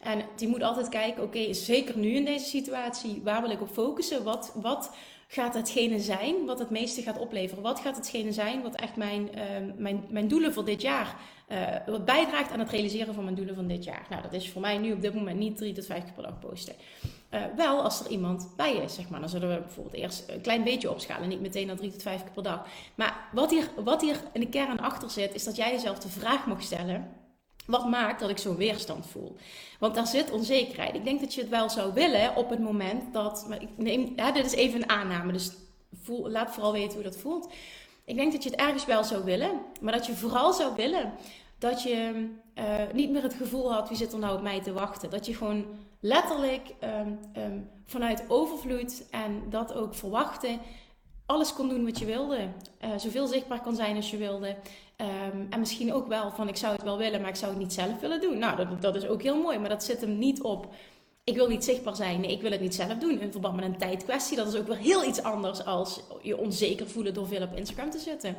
En die moet altijd kijken, oké, zeker nu in deze situatie, waar wil ik op focussen? Wat gaat hetgene zijn wat het meeste gaat opleveren? Wat gaat hetgene zijn wat echt mijn doelen voor dit jaar, wat bijdraagt aan het realiseren van mijn doelen van dit jaar? Nou, dat is voor mij nu op dit moment niet 3 tot 5 keer per dag posten. Wel als er iemand bij is, zeg maar. Dan zullen we bijvoorbeeld eerst een klein beetje opschalen. Niet meteen naar 3 tot 5 keer per dag. Maar wat hier in de kern achter zit, is dat jij jezelf de vraag mag stellen: wat maakt dat ik zo'n weerstand voel? Want daar zit onzekerheid. Ik denk dat je het wel zou willen op het moment dat... dit is even een aanname, dus laat vooral weten hoe dat voelt. Ik denk dat je het ergens wel zou willen, maar dat je vooral zou willen dat je niet meer het gevoel had, wie zit er nou op mij te wachten? Dat je gewoon letterlijk vanuit overvloed en dat ook verwachten, alles kon doen wat je wilde. Zoveel zichtbaar kan zijn als je wilde. En misschien ook wel van, ik zou het wel willen, maar ik zou het niet zelf willen doen. Nou, dat is ook heel mooi, maar dat zit hem niet op, ik wil niet zichtbaar zijn. Nee, ik wil het niet zelf doen. In verband met een tijdkwestie, dat is ook weer heel iets anders als je onzeker voelen door veel op Instagram te zitten.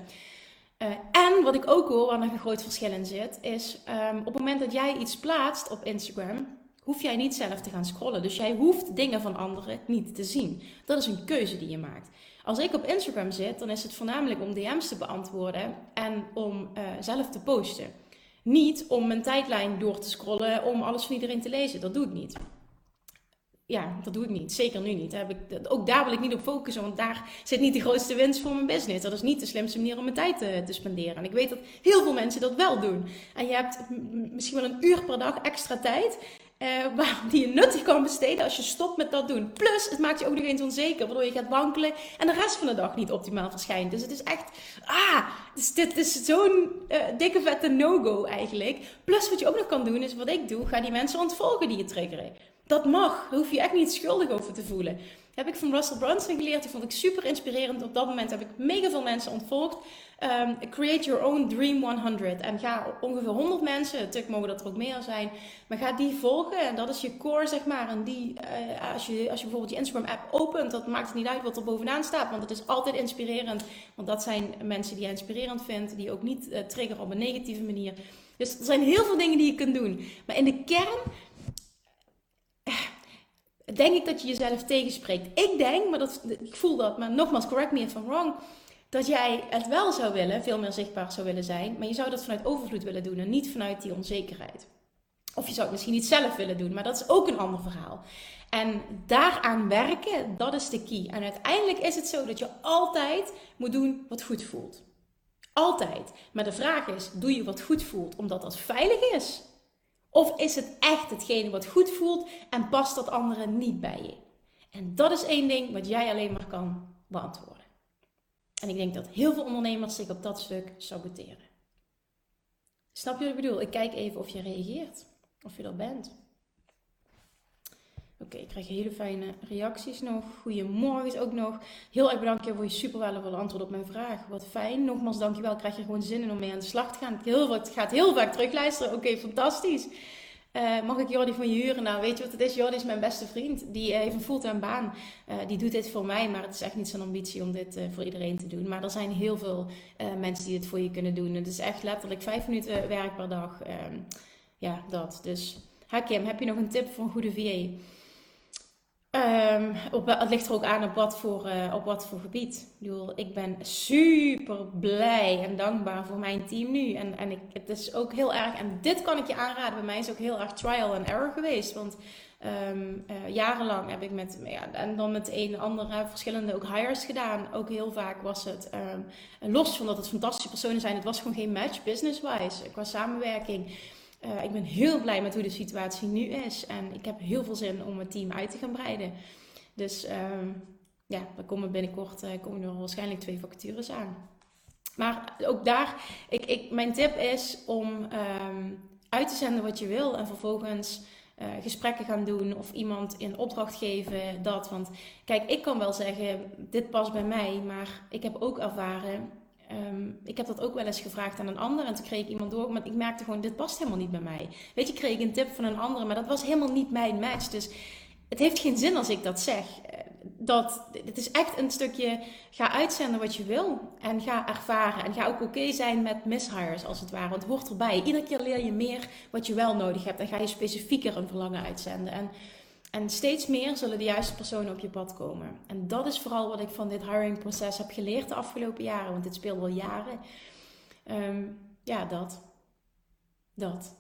En wat ik ook hoor, waar nog een groot verschil in zit, is op het moment dat jij iets plaatst op Instagram, hoef jij niet zelf te gaan scrollen. Dus jij hoeft dingen van anderen niet te zien. Dat is een keuze die je maakt. Als ik op Instagram zit, dan is het voornamelijk om DM's te beantwoorden en om zelf te posten. Niet om mijn tijdlijn door te scrollen, om alles van iedereen te lezen. Dat doe ik niet. Ja, dat doe ik niet. Zeker nu niet. Ook daar wil ik niet op focussen, want daar zit niet de grootste winst voor mijn business. Dat is niet de slimste manier om mijn tijd te spenderen. En ik weet dat heel veel mensen dat wel doen. En je hebt misschien wel 1 uur per dag extra tijd die je nuttig kan besteden als je stopt met dat doen. Plus, het maakt je ook nog eens onzeker, waardoor je gaat wankelen en de rest van de dag niet optimaal verschijnt. Dus het is echt, dit is zo'n dikke vette no-go eigenlijk. Plus, wat je ook nog kan doen, is wat ik doe, ga die mensen ontvolgen die je triggeren. Dat mag, daar hoef je echt niet schuldig over te voelen. Dat heb ik van Russell Brunson geleerd, die vond ik super inspirerend. Op dat moment heb ik mega veel mensen ontvolgd. Create your own dream 100. En ga ongeveer 100 mensen, natuurlijk mogen dat er ook meer zijn, maar ga die volgen. En dat is je core, zeg maar. En die, als je bijvoorbeeld je Instagram app opent, dat maakt het niet uit wat er bovenaan staat, want het is altijd inspirerend. Want dat zijn mensen die je inspirerend vindt, die ook niet triggeren op een negatieve manier. Dus er zijn heel veel dingen die je kunt doen. Maar in de kern denk ik dat je jezelf tegenspreekt. Ik denk, maar ik voel dat, maar nogmaals, correct me if I'm wrong, dat jij het wel zou willen, veel meer zichtbaar zou willen zijn, maar je zou dat vanuit overvloed willen doen en niet vanuit die onzekerheid. Of je zou het misschien niet zelf willen doen, maar dat is ook een ander verhaal. En daaraan werken, dat is de key. En uiteindelijk is het zo dat je altijd moet doen wat goed voelt. Altijd. Maar de vraag is, doe je wat goed voelt omdat dat veilig is? Of is het echt hetgene wat goed voelt en past dat anderen niet bij je? En dat is één ding wat jij alleen maar kan beantwoorden. En ik denk dat heel veel ondernemers zich op dat stuk saboteren. Snap je wat ik bedoel? Ik kijk even of je reageert. Of je er bent. Oké, ik krijg hele fijne reacties nog. Goedemorgen is ook nog. Heel erg bedankt voor je super waardevolle antwoord op mijn vraag. Wat fijn. Nogmaals, dankjewel. Ik krijg er gewoon zin in om mee aan de slag te gaan. Ik ga het heel vaak terugluisteren. Oké, fantastisch. Mag ik Jordi van je huren? Nou, weet je wat het is? Jordi is mijn beste vriend. Die heeft een fulltime baan. Die doet dit voor mij, maar het is echt niet zijn ambitie om dit voor iedereen te doen. Maar er zijn heel veel mensen die dit voor je kunnen doen. Het is echt letterlijk 5 minuten werk per dag. Ja, dat. Dus, Kim, heb je nog een tip voor een goede VA? Het ligt er ook aan op wat voor gebied. Ik bedoel, ik ben super blij en dankbaar voor mijn team nu. En het is ook heel erg, en dit kan ik je aanraden, bij mij is ook heel erg trial and error geweest. Want jarenlang heb ik met een en ander verschillende ook hires gedaan. Ook heel vaak was het, los van dat het fantastische personen zijn, het was gewoon geen match business-wise, qua samenwerking. Ik ben heel blij met hoe de situatie nu is. En ik heb heel veel zin om mijn team uit te gaan breiden. Dus er komen binnenkort er waarschijnlijk 2 vacatures aan. Maar ook daar, mijn tip is om uit te zenden wat je wil. En vervolgens gesprekken gaan doen of iemand in opdracht geven. Want kijk, ik kan wel zeggen, dit past bij mij. Maar ik heb ook ervaren, ik heb dat ook wel eens gevraagd aan een ander en toen kreeg ik iemand door, maar ik merkte gewoon, dit past helemaal niet bij mij. Weet je, kreeg ik een tip van een andere, maar dat was helemaal niet mijn match. Dus het heeft geen zin als ik dat zeg. het is echt een stukje, ga uitzenden wat je wil en ga ervaren en ga ook oké zijn met mishires als het ware, want het hoort erbij. Iedere keer leer je meer wat je wel nodig hebt en ga je specifieker een verlangen uitzenden en steeds meer zullen de juiste personen op je pad komen. En dat is vooral wat ik van dit hiringproces heb geleerd de afgelopen jaren, want dit speelt al jaren. Ja, dat.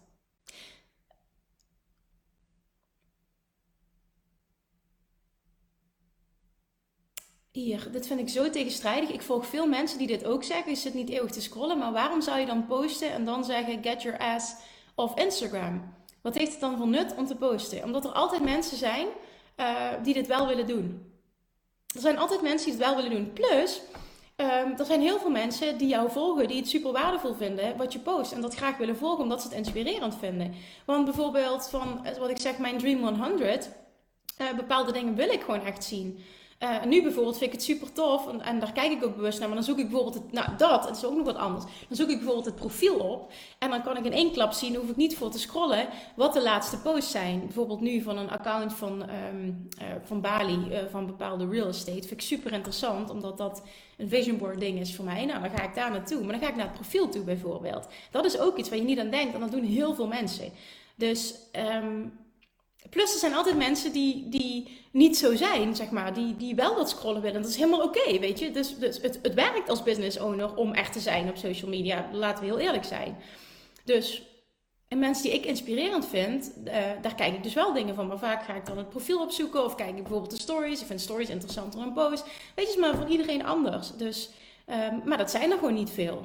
Hier, dit vind ik zo tegenstrijdig. Ik volg veel mensen die dit ook zeggen. Je zit niet eeuwig te scrollen, maar waarom zou je dan posten en dan zeggen get your ass off Instagram? Wat heeft het dan voor nut om te posten? Omdat er altijd mensen zijn die dit wel willen doen. Er zijn altijd mensen die het wel willen doen. Plus, er zijn heel veel mensen die jou volgen, die het super waardevol vinden wat je post. En dat graag willen volgen omdat ze het inspirerend vinden. Want bijvoorbeeld van, wat ik zeg, mijn Dream 100, bepaalde dingen wil ik gewoon echt zien. Nu bijvoorbeeld vind ik het super tof en daar kijk ik ook bewust naar. Maar dan zoek ik bijvoorbeeld het is ook nog wat anders. Dan zoek ik bijvoorbeeld het profiel op. En dan kan ik in één klap zien, hoef ik niet voor te scrollen, wat de laatste posts zijn. Bijvoorbeeld nu van een account van Bali, van bepaalde real estate. Vind ik super interessant, omdat dat een vision board ding is voor mij. Nou, dan ga ik daar naartoe. Maar dan ga ik naar het profiel toe bijvoorbeeld. Dat is ook iets waar je niet aan denkt. En dat doen heel veel mensen. Dus plus er zijn altijd mensen die niet zo zijn, zeg maar. Die wel dat scrollen willen. Dat is helemaal oké, weet je. Dus het werkt als business owner om echt te zijn op social media. Laten we heel eerlijk zijn. Dus, en mensen die ik inspirerend vind, daar kijk ik dus wel dingen van. Maar vaak ga ik dan het profiel opzoeken. Of kijk ik bijvoorbeeld de stories. Ik vind stories interessanter dan posts. Weet je, het is maar voor iedereen anders. Dus, maar dat zijn er gewoon niet veel.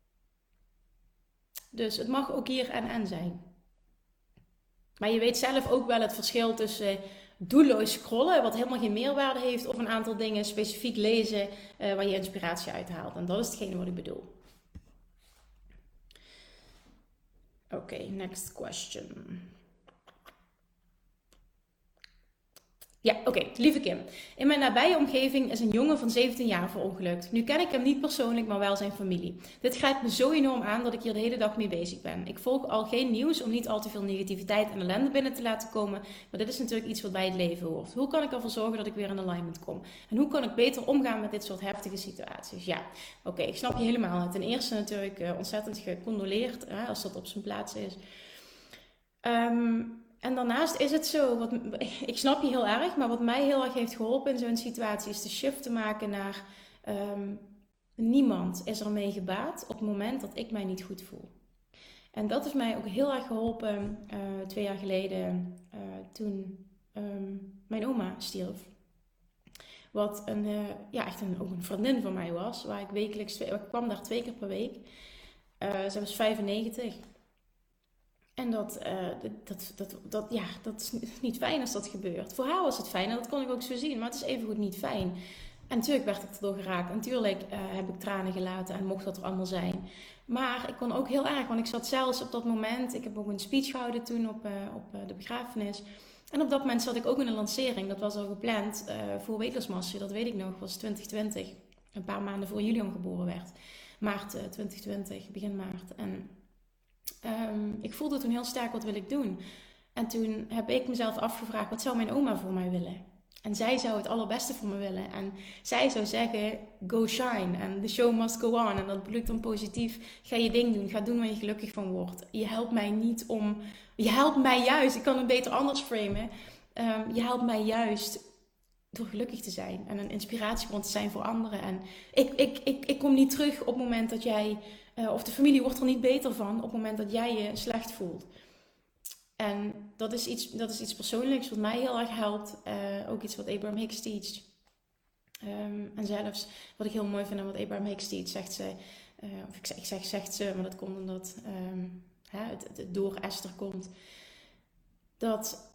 Dus het mag ook hier en zijn. Maar je weet zelf ook wel het verschil tussen doelloos scrollen, wat helemaal geen meerwaarde heeft, of een aantal dingen specifiek lezen waar je inspiratie uit haalt. En dat is hetgene wat ik bedoel. Oké, next question. Ja, oké. Lieve Kim. In mijn nabije omgeving is een jongen van 17 jaar verongelukt. Nu ken ik hem niet persoonlijk, maar wel zijn familie. Dit grijpt me zo enorm aan dat ik hier de hele dag mee bezig ben. Ik volg al geen nieuws om niet al te veel negativiteit en ellende binnen te laten komen. Maar dit is natuurlijk iets wat bij het leven hoort. Hoe kan ik ervoor zorgen dat ik weer in alignment kom? En hoe kan ik beter omgaan met dit soort heftige situaties? Ja, oké, ik snap je helemaal. Ten eerste natuurlijk ontzettend gecondoleerd, als dat op zijn plaats is. En daarnaast is het zo, ik snap je heel erg, maar wat mij heel erg heeft geholpen in zo'n situatie is de shift te maken naar niemand is ermee gebaat op het moment dat ik mij niet goed voel. En dat heeft mij ook heel erg geholpen 2 jaar geleden toen mijn oma stierf. Wat ook een vriendin van mij was, waar ik wekelijks, ik kwam daar 2 keer per week. Zij was 95. En dat is niet fijn als dat gebeurt. Voor haar was het fijn en dat kon ik ook zo zien. Maar het is evengoed niet fijn. En natuurlijk werd ik erdoor geraakt. En natuurlijk heb ik tranen gelaten en mocht dat er allemaal zijn. Maar ik kon ook heel erg, want ik zat zelfs op dat moment. Ik heb ook een speech gehouden toen op de begrafenis. En op dat moment zat ik ook in een lancering. Dat was al gepland voor Weightless Mastery. Dat weet ik nog, was 2020. Een paar maanden voor Julian geboren werd. Maart 2020, begin maart. En ik voelde toen heel sterk, wat wil ik doen? En toen heb ik mezelf afgevraagd, wat zou mijn oma voor mij willen? En zij zou het allerbeste voor me willen. En zij zou zeggen, go shine. En the show must go on. En dat bedoel ik dan positief. Ga je ding doen. Ga doen waar je gelukkig van wordt. Je helpt mij niet om... Je helpt mij juist. Ik kan het beter anders framen. Je helpt mij juist door gelukkig te zijn. En een inspiratiebron te zijn voor anderen. En ik kom niet terug op het moment dat jij... of de familie wordt er niet beter van op het moment dat jij je slecht voelt. En dat is iets persoonlijks wat mij heel erg helpt. Ook iets wat Abraham Hicks teacht. En zelfs wat ik heel mooi vind aan wat Abraham Hicks teacht, zegt ze... zegt ze, maar dat komt omdat het door Esther komt. Dat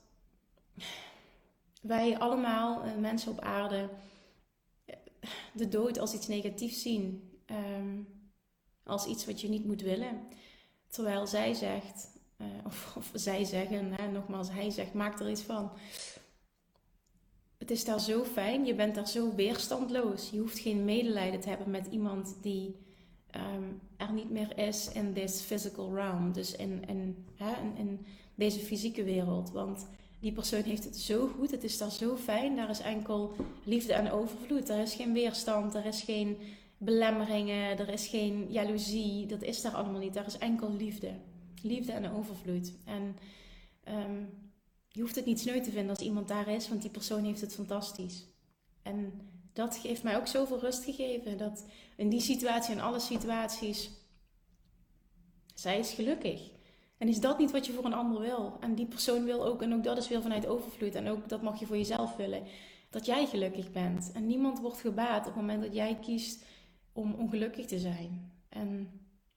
wij allemaal, mensen op aarde, de dood als iets negatiefs zien. Als iets wat je niet moet willen. Terwijl zij zegt, of zij zeggen, nogmaals, hij zegt, maak er iets van. Het is daar zo fijn, je bent daar zo weerstandloos. Je hoeft geen medelijden te hebben met iemand die er niet meer is in this physical realm. Dus in deze fysieke wereld. Want die persoon heeft het zo goed, het is daar zo fijn, daar is enkel liefde en overvloed. Er is geen weerstand, er is geen belemmeringen, er is geen jaloezie, dat is daar allemaal niet. Daar is enkel liefde. Liefde en overvloed. En je hoeft het niet sneu te vinden als iemand daar is, want die persoon heeft het fantastisch. En dat heeft mij ook zoveel rust gegeven, dat in die situatie en alle situaties, zij is gelukkig. En is dat niet wat je voor een ander wil? En die persoon wil ook, en ook dat is weer vanuit overvloed, en ook dat mag je voor jezelf willen, dat jij gelukkig bent. En niemand wordt gebaat op het moment dat jij kiest om ongelukkig te zijn. En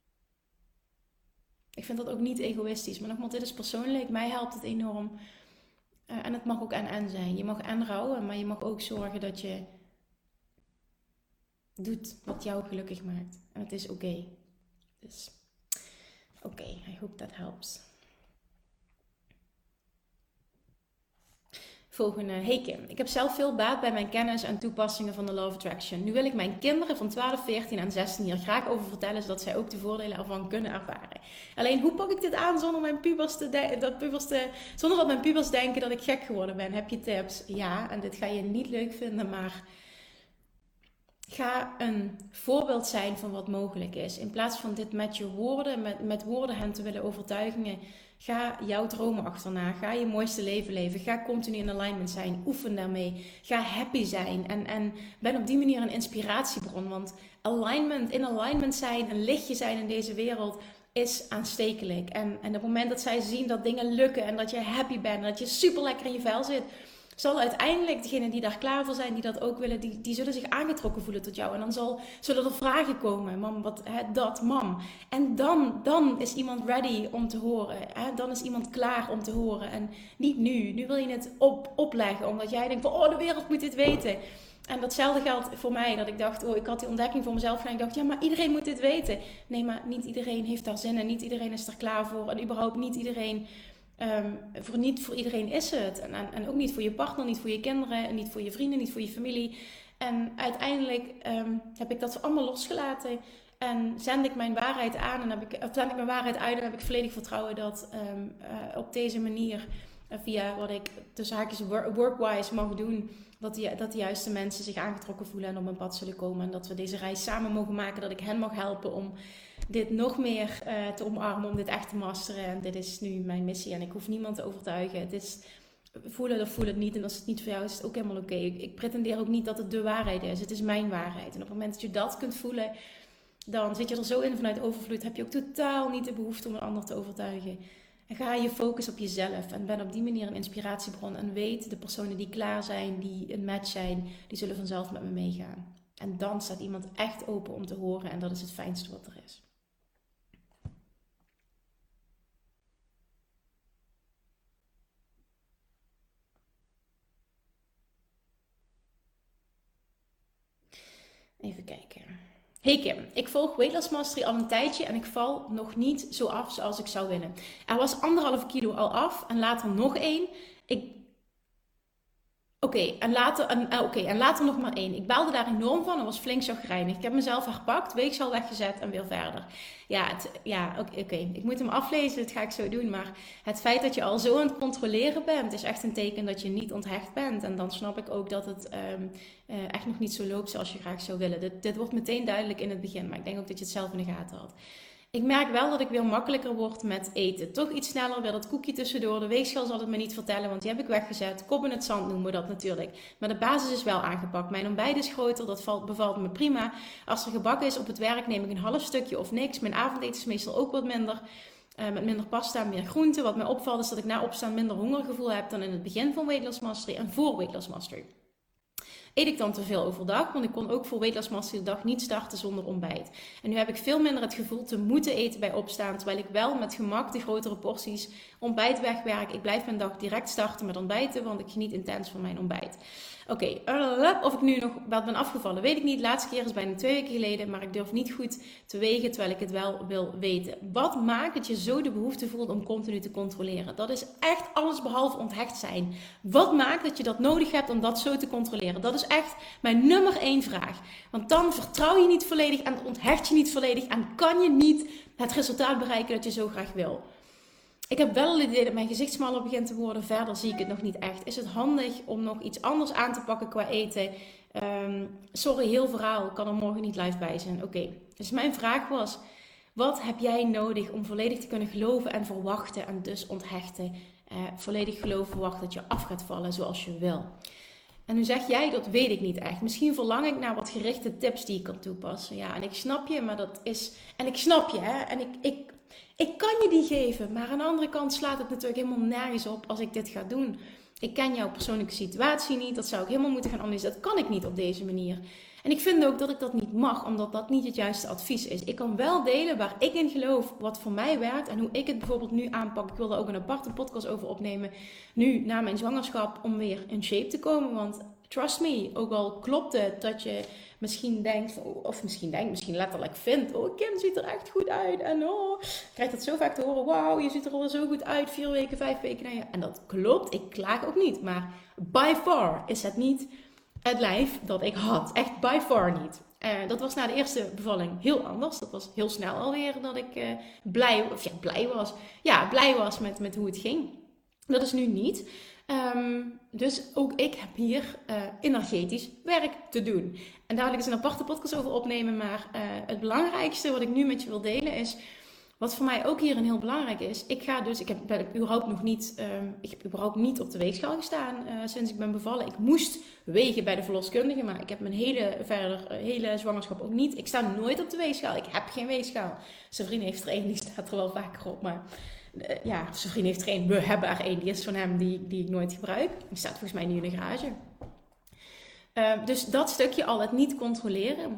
ik vind dat ook niet egoïstisch, maar nogmaals, dit is persoonlijk, mij helpt het enorm. En het mag ook en zijn. Je mag en rouwen, maar je mag ook zorgen dat je doet wat jou gelukkig maakt. En het is oké. Dus, oké, I hope that helps. Volgende, hey Kim. Ik heb zelf veel baat bij mijn kennis en toepassingen van de Law of Attraction. Nu wil ik mijn kinderen van 12, 14 en 16 hier graag over vertellen, zodat zij ook de voordelen ervan kunnen ervaren. Alleen, hoe pak ik dit aan zonder dat mijn pubers denken dat ik gek geworden ben? Heb je tips? Ja, en dit ga je niet leuk vinden, maar ga een voorbeeld zijn van wat mogelijk is. In plaats van dit met je woorden, met woorden hen te willen overtuigen, ga jouw dromen achterna. Ga je mooiste leven leven. Ga continu in alignment zijn. Oefen daarmee. Ga happy zijn. En ben op die manier een inspiratiebron. Want in alignment zijn, een lichtje zijn in deze wereld, is aanstekelijk. En op het moment dat zij zien dat dingen lukken en dat je happy bent en dat je super lekker in je vel zit, zal uiteindelijk degenen die daar klaar voor zijn, die dat ook willen, die zullen zich aangetrokken voelen tot jou. En dan zullen er vragen komen. Mam, mam. En dan is iemand ready om te horen. Dan is iemand klaar om te horen. En niet nu. Nu wil je het opleggen, omdat jij denkt van, oh, de wereld moet dit weten. En datzelfde geldt voor mij, dat ik dacht, oh, ik had die ontdekking voor mezelf gedaan. Ik dacht, ja, maar iedereen moet dit weten. Nee, maar niet iedereen heeft daar zin in. Niet iedereen is er klaar voor. En überhaupt niet iedereen... niet voor iedereen is het. En ook niet voor je partner, niet voor je kinderen, niet voor je vrienden, niet voor je familie. En uiteindelijk heb ik dat allemaal losgelaten. En zend ik mijn waarheid aan zend ik mijn waarheid uit en heb ik volledig vertrouwen dat op deze manier, via wat ik tussen haakjes workwise mag doen, dat de juiste mensen zich aangetrokken voelen en op mijn pad zullen komen. En dat we deze reis samen mogen maken, dat ik hen mag helpen om dit nog meer te omarmen, om dit echt te masteren. En dit is nu mijn missie en ik hoef niemand te overtuigen. Het is voel het of voel het niet. En als het niet voor jou is, is het ook helemaal oké. Ik pretendeer ook niet dat het de waarheid is. Het is mijn waarheid. En op het moment dat je dat kunt voelen, dan zit je er zo in vanuit overvloed. Heb je ook totaal niet de behoefte om een ander te overtuigen. En ga je focus op jezelf. En ben op die manier een inspiratiebron. En weet, de personen die klaar zijn, die een match zijn, die zullen vanzelf met me meegaan. En dan staat iemand echt open om te horen. En dat is het fijnste wat er is. Even kijken. Hey Kim, ik volg Weight Loss Mastery al een tijdje en ik val nog niet zo af zoals ik zou willen. Er was 1,5 kilo al af en later nog 1. En later nog maar 1. Ik baalde daar enorm van en was flink chagrijnig. Ik heb mezelf herpakt, weegschaal weggezet en weer verder. Oké. Ik moet hem aflezen, dat ga ik zo doen. Maar het feit dat je al zo aan het controleren bent, is echt een teken dat je niet onthecht bent. En dan snap ik ook dat het echt nog niet zo loopt zoals je graag zou willen. Dit wordt meteen duidelijk in het begin, maar ik denk ook dat je het zelf in de gaten had. Ik merk wel dat ik weer makkelijker word met eten. Toch iets sneller, weer dat koekje tussendoor. De weegschaal zal het me niet vertellen, want die heb ik weggezet. Kop in het zand noemen we dat natuurlijk. Maar de basis is wel aangepakt. Mijn ontbijt is groter, dat bevalt me prima. Als er gebakken is op het werk, neem ik een half stukje of niks. Mijn avondeten is meestal ook wat minder. Met minder pasta, meer groente. Wat mij opvalt is dat ik na opstaan minder hongergevoel heb dan in het begin van Weight Loss Mastery en voor Weight Loss Mastery. Eet ik dan te veel overdag, want ik kon ook voor Weight Loss Mastery de dag niet starten zonder ontbijt. En nu heb ik veel minder het gevoel te moeten eten bij opstaan, terwijl ik wel met gemak de grotere porties ontbijt wegwerk. Ik blijf mijn dag direct starten met ontbijten, want ik geniet intens van mijn ontbijt. Oké, of ik nu nog wat ben afgevallen, weet ik niet. De laatste keer is bijna 2 weken geleden, maar ik durf niet goed te wegen, terwijl ik het wel wil weten. Wat maakt dat je zo de behoefte voelt om continu te controleren? Dat is echt alles behalve onthecht zijn. Wat maakt dat je dat nodig hebt om dat zo te controleren? Dat is echt mijn nummer 1 vraag. Want dan vertrouw je niet volledig en onthecht je niet volledig en kan je niet het resultaat bereiken dat je zo graag wil. Ik heb wel het idee dat mijn gezicht smaller begint te worden. Verder zie ik het nog niet echt. Is het handig om nog iets anders aan te pakken qua eten? Sorry, heel verhaal. Ik kan er morgen niet live bij zijn. Oké. Dus mijn vraag was: wat heb jij nodig om volledig te kunnen geloven en verwachten en dus onthechten? Volledig geloven, verwachten dat je af gaat vallen zoals je wil. En nu zeg jij, dat weet ik niet echt. Misschien verlang ik naar wat gerichte tips die ik kan toepassen. Ja, en ik snap je, maar dat is... En ik snap je, hè. En ik kan je die geven. Maar aan de andere kant slaat het natuurlijk helemaal nergens op als ik dit ga doen. Ik ken jouw persoonlijke situatie niet. Dat zou ik helemaal moeten gaan analyseren. Dat kan ik niet op deze manier. En ik vind ook dat ik dat niet mag, omdat dat niet het juiste advies is. Ik kan wel delen waar ik in geloof, wat voor mij werkt en hoe ik het bijvoorbeeld nu aanpak. Ik wil daar ook een aparte podcast over opnemen, nu na mijn zwangerschap, om weer in shape te komen. Want trust me, ook al klopt het dat je misschien denkt, of misschien letterlijk vindt, oh, Kim ziet er echt goed uit. En oh, ik krijg dat zo vaak te horen, wauw, je ziet er al zo goed uit, 4 weken, 5 weken. Nou ja, en dat klopt, ik klaag ook niet. Maar by far is het niet het lijf dat ik had. Echt by far niet. Dat was na de eerste bevalling heel anders. Dat was heel snel alweer dat ik blij was. Ja, blij was met hoe het ging. Dat is nu niet. Dus ook ik heb hier energetisch werk te doen. En daar wil ik eens een aparte podcast over opnemen. Maar het belangrijkste wat ik nu met je wil delen is... Wat voor mij ook hierin heel belangrijk is. Ik heb überhaupt niet op de weegschaal gestaan sinds ik ben bevallen. Ik moest wegen bij de verloskundige, maar ik heb mijn hele zwangerschap ook niet. Ik sta nooit op de weegschaal. Ik heb geen weegschaal. Zijn vriend heeft er één, die staat er wel vaker op. Maar zijn vriend heeft er één. We hebben er één. Die is van hem, die ik nooit gebruik. Die staat volgens mij nu in de garage. Dus dat stukje al, het niet controleren.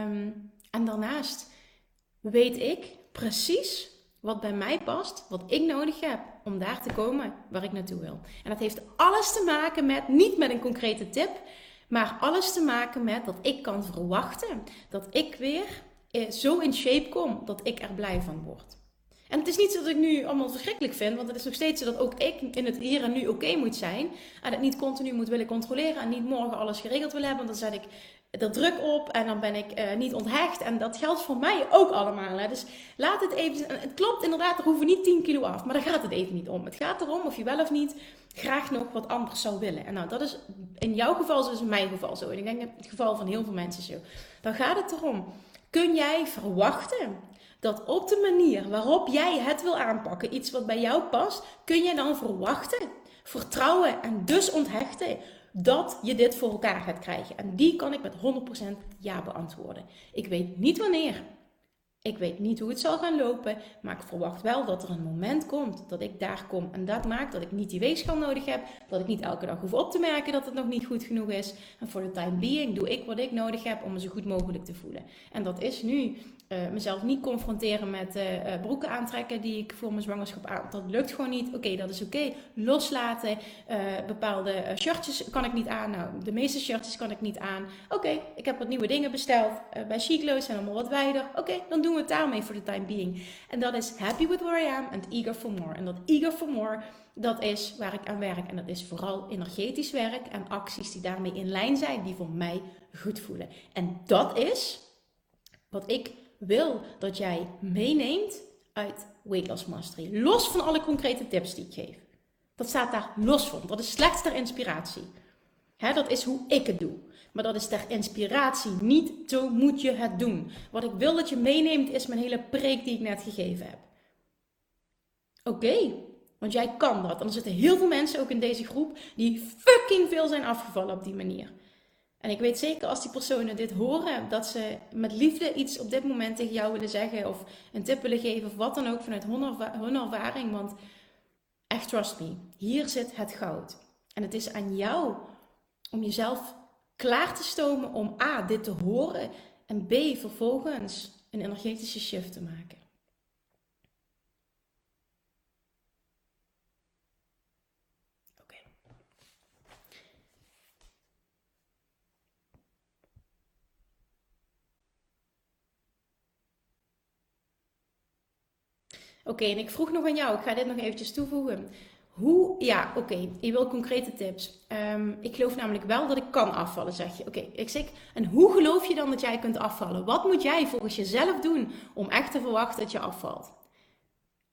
En daarnaast weet ik precies wat bij mij past, wat ik nodig heb om daar te komen waar ik naartoe wil. En dat heeft alles te maken met, niet met een concrete tip, maar alles te maken met dat ik kan verwachten dat ik weer zo in shape kom dat ik er blij van word. En het is niet zo dat ik nu allemaal verschrikkelijk vind, want het is nog steeds zo dat ook ik in het hier en nu oké moet zijn. En het niet continu moet willen controleren en niet morgen alles geregeld willen hebben, want dan zet ik er druk op en dan ben ik niet onthecht. En dat geldt voor mij ook allemaal. Hè. Dus laat het even... Het klopt inderdaad, er hoeven niet 10 kilo af, maar daar gaat het even niet om. Het gaat erom of je wel of niet graag nog wat anders zou willen. En nou, dat is in jouw geval zo, is in mijn geval zo. En ik denk in het geval van heel veel mensen zo. Dan gaat het erom, kun jij verwachten dat op de manier waarop jij het wil aanpakken, iets wat bij jou past, kun je dan verwachten, vertrouwen en dus onthechten dat je dit voor elkaar gaat krijgen. En die kan ik met 100% ja beantwoorden. Ik weet niet wanneer. Ik weet niet hoe het zal gaan lopen. Maar ik verwacht wel dat er een moment komt dat ik daar kom. En dat maakt dat ik niet die weegschaal nodig heb. Dat ik niet elke dag hoef op te merken dat het nog niet goed genoeg is. En voor de time being doe ik wat ik nodig heb om me zo goed mogelijk te voelen. En dat is nu mezelf niet confronteren met broeken aantrekken die ik voor mijn zwangerschap aan. Dat lukt gewoon niet. Oké, dat is oké. Loslaten. Bepaalde shirtjes kan ik niet aan. Nou, de meeste shirtjes kan ik niet aan. Oké, ik heb wat nieuwe dingen besteld. Bij Chiclo's zijn allemaal wat wijder. Oké, dan doen we het daarmee voor de time being. En dat is happy with where I am and eager for more. En dat eager for more, dat is waar ik aan werk. En dat is vooral energetisch werk en acties die daarmee in lijn zijn, die voor mij goed voelen. En dat is wat ik wil dat jij meeneemt uit Weight Loss Mastery. Los van alle concrete tips die ik geef. Dat staat daar los van. Dat is slechts ter inspiratie. Dat is hoe ik het doe. Maar dat is ter inspiratie. Niet zo moet je het doen. Wat ik wil dat je meeneemt is mijn hele preek die ik net gegeven heb. Oké, want jij kan dat. En er zitten heel veel mensen ook in deze groep die fucking veel zijn afgevallen op die manier. En ik weet zeker als die personen dit horen, dat ze met liefde iets op dit moment tegen jou willen zeggen of een tip willen geven of wat dan ook vanuit hun ervaring. Want echt, trust me, hier zit het goud. En het is aan jou om jezelf klaar te stomen om A, dit te horen en B, vervolgens een energetische shift te maken. Oké, en ik vroeg nog aan jou, ik ga dit nog eventjes toevoegen. Je wil concrete tips. Ik geloof namelijk wel dat ik kan afvallen, zeg je. En hoe geloof je dan dat jij kunt afvallen? Wat moet jij volgens jezelf doen om echt te verwachten dat je afvalt?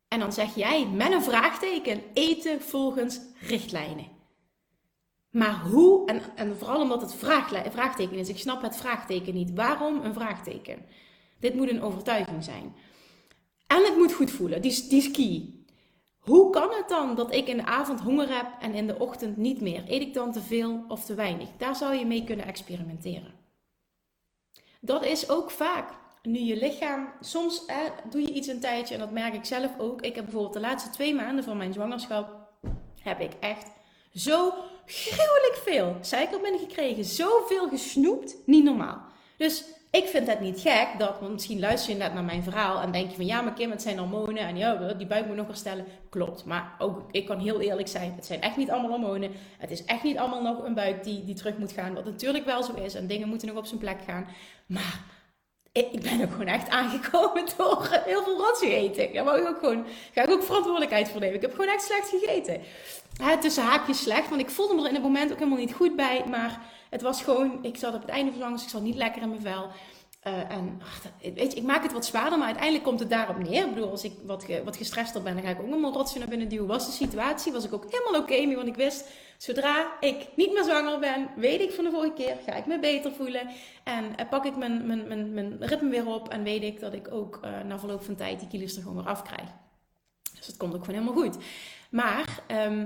En dan zeg jij met een vraagteken, eten volgens richtlijnen. Maar hoe, en vooral omdat het vraagteken is, ik snap het vraagteken niet. Waarom een vraagteken? Dit moet een overtuiging zijn. En het moet goed voelen, die is key. Hoe kan het dan dat ik in de avond honger heb en in de ochtend niet meer? Eet ik dan te veel of te weinig? Daar zou je mee kunnen experimenteren. Dat is ook vaak nu je lichaam, soms doe je iets een tijdje en dat merk ik zelf ook. Ik heb bijvoorbeeld de laatste 2 maanden van mijn zwangerschap, heb ik echt zo gruwelijk veel suiker binnengekregen. Zoveel gesnoept, niet normaal. Dus ik vind het niet gek dat, want misschien luister je net naar mijn verhaal en denk je van ja, maar Kim, het zijn hormonen en ja, die buik moet nog herstellen. Klopt, maar ook ik kan heel eerlijk zijn, het zijn echt niet allemaal hormonen. Het is echt niet allemaal nog een buik die terug moet gaan, wat natuurlijk wel zo is en dingen moeten nog op zijn plek gaan. Maar ik ben ook gewoon echt aangekomen door heel veel rotzooi eten. Daar ga ik ook verantwoordelijkheid voor nemen. Ik heb gewoon echt slecht gegeten. Tussen haakjes slecht, want ik voelde me er in het moment ook helemaal niet goed bij. Maar het was gewoon, ik zat op het einde van langs, ik zat niet lekker in mijn vel. Weet je, ik maak het wat zwaarder, maar uiteindelijk komt het daarop neer. Ik bedoel, als ik wat gestrester ben, dan ga ik ook allemaal rotzooi naar binnen duwen. Was de situatie, was ik ook helemaal oké mee, want ik wist, zodra ik niet meer zwanger ben, weet ik van de vorige keer, ga ik me beter voelen. En pak ik mijn ritme weer op en weet ik dat ik ook na verloop van tijd die kilo's er gewoon weer afkrijg. Dus dat komt ook gewoon helemaal goed. Maar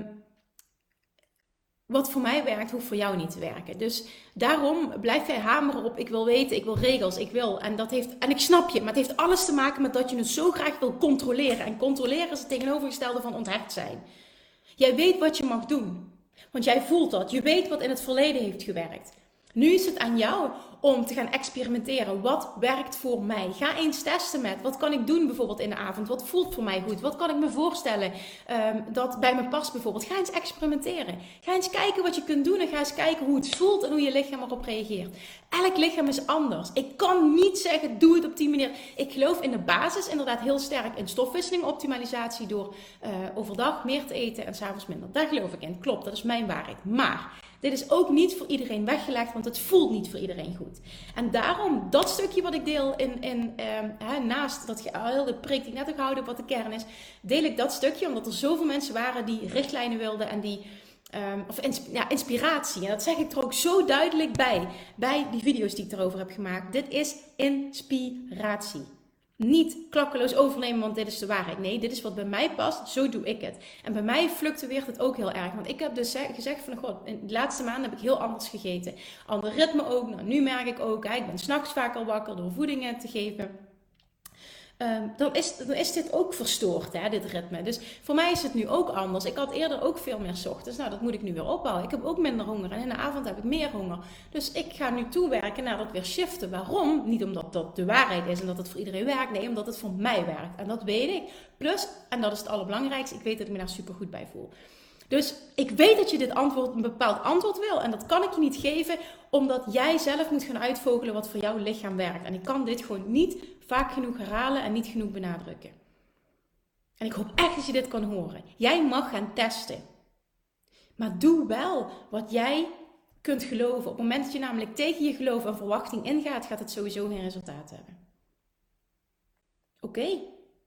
wat voor mij werkt, hoeft voor jou niet te werken. Dus daarom blijf jij hameren op, ik wil weten, ik wil regels, ik wil. En ik snap je, maar het heeft alles te maken met dat je het zo graag wil controleren. En controleren is het tegenovergestelde van onthecht zijn. Jij weet wat je mag doen. Want jij voelt dat. Je weet wat in het verleden heeft gewerkt. Nu is het aan jou om te gaan experimenteren. Wat werkt voor mij? Ga eens testen met. Wat kan ik doen bijvoorbeeld in de avond? Wat voelt voor mij goed? Wat kan ik me voorstellen dat bij me past bijvoorbeeld? Ga eens experimenteren. Ga eens kijken wat je kunt doen. En ga eens kijken hoe het voelt en hoe je lichaam erop reageert. Elk lichaam is anders. Ik kan niet zeggen, doe het op die manier. Ik geloof in de basis inderdaad heel sterk in stofwisseling, optimalisatie door overdag meer te eten en 's avonds minder. Daar geloof ik in. Klopt, dat is mijn waarheid. Maar dit is ook niet voor iedereen weggelegd, want het voelt niet voor iedereen goed. En daarom, dat stukje wat ik deel naast dat heel de preek die ik net heb gehouden, wat de kern is, deel ik dat stukje, omdat er zoveel mensen waren die richtlijnen wilden en die inspiratie. En dat zeg ik er ook zo duidelijk bij die video's die ik erover heb gemaakt. Dit is inspiratie. Niet klakkeloos overnemen, want dit is de waarheid. Nee, dit is wat bij mij past, zo doe ik het. En bij mij fluctueert het ook heel erg. Want ik heb dus gezegd van, god, in de laatste maanden heb ik heel anders gegeten. Ander ritme ook. Nou, nu merk ik ook, ik ben 's nachts vaak al wakker door voedingen te geven. Dan is dit ook verstoord, dit ritme. Dus voor mij is het nu ook anders. Ik had eerder ook veel meer 's ochtends. Nou, dat moet ik nu weer opbouwen. Ik heb ook minder honger en in de avond heb ik meer honger. Dus ik ga nu toewerken naar dat weer shiften. Waarom? Niet omdat dat de waarheid is en dat het voor iedereen werkt. Nee, omdat het voor mij werkt. En dat weet ik. Plus, en dat is het allerbelangrijkste, ik weet dat ik me daar super goed bij voel. Dus ik weet dat je een bepaald antwoord wil. En dat kan ik je niet geven, omdat jij zelf moet gaan uitvogelen wat voor jouw lichaam werkt. En ik kan dit gewoon niet vaak genoeg herhalen en niet genoeg benadrukken. En ik hoop echt dat je dit kan horen. Jij mag gaan testen. Maar doe wel wat jij kunt geloven. Op het moment dat je namelijk tegen je geloof en verwachting ingaat, gaat het sowieso geen resultaat hebben. Oké?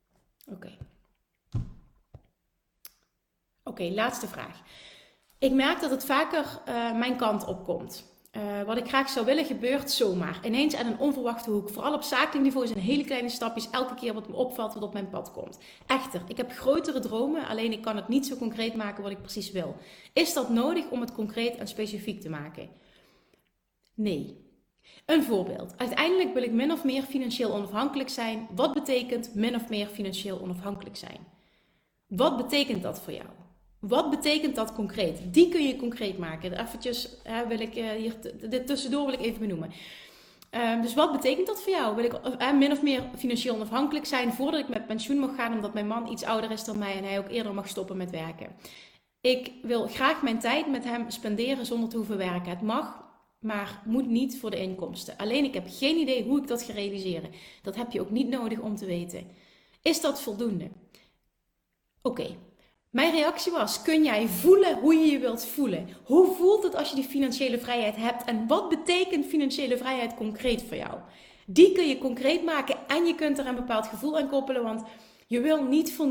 Oké, laatste vraag. Ik merk dat het vaker mijn kant opkomt. Wat ik graag zou willen gebeurt zomaar. Ineens uit een onverwachte hoek. Vooral op zakelijk niveau zijn hele kleine stapjes. Elke keer wat me opvalt, wat op mijn pad komt. Echter, ik heb grotere dromen. Alleen ik kan het niet zo concreet maken wat ik precies wil. Is dat nodig om het concreet en specifiek te maken? Nee. Een voorbeeld. Uiteindelijk wil ik min of meer financieel onafhankelijk zijn. Wat betekent min of meer financieel onafhankelijk zijn? Wat betekent dat voor jou? Wat betekent dat concreet? Die kun je concreet maken. Eventjes dit tussendoor wil ik even benoemen. Dus wat betekent dat voor jou? Wil ik min of meer financieel onafhankelijk zijn voordat ik met pensioen mag gaan, omdat mijn man iets ouder is dan mij en hij ook eerder mag stoppen met werken? Ik wil graag mijn tijd met hem spenderen zonder te hoeven werken. Het mag, maar moet niet voor de inkomsten. Alleen ik heb geen idee hoe ik dat ga realiseren. Dat heb je ook niet nodig om te weten. Is dat voldoende? Oké. Mijn reactie was, kun jij voelen hoe je je wilt voelen? Hoe voelt het als je die financiële vrijheid hebt? En wat betekent financiële vrijheid concreet voor jou? Die kun je concreet maken en je kunt er een bepaald gevoel aan koppelen. Want Je wil niet voor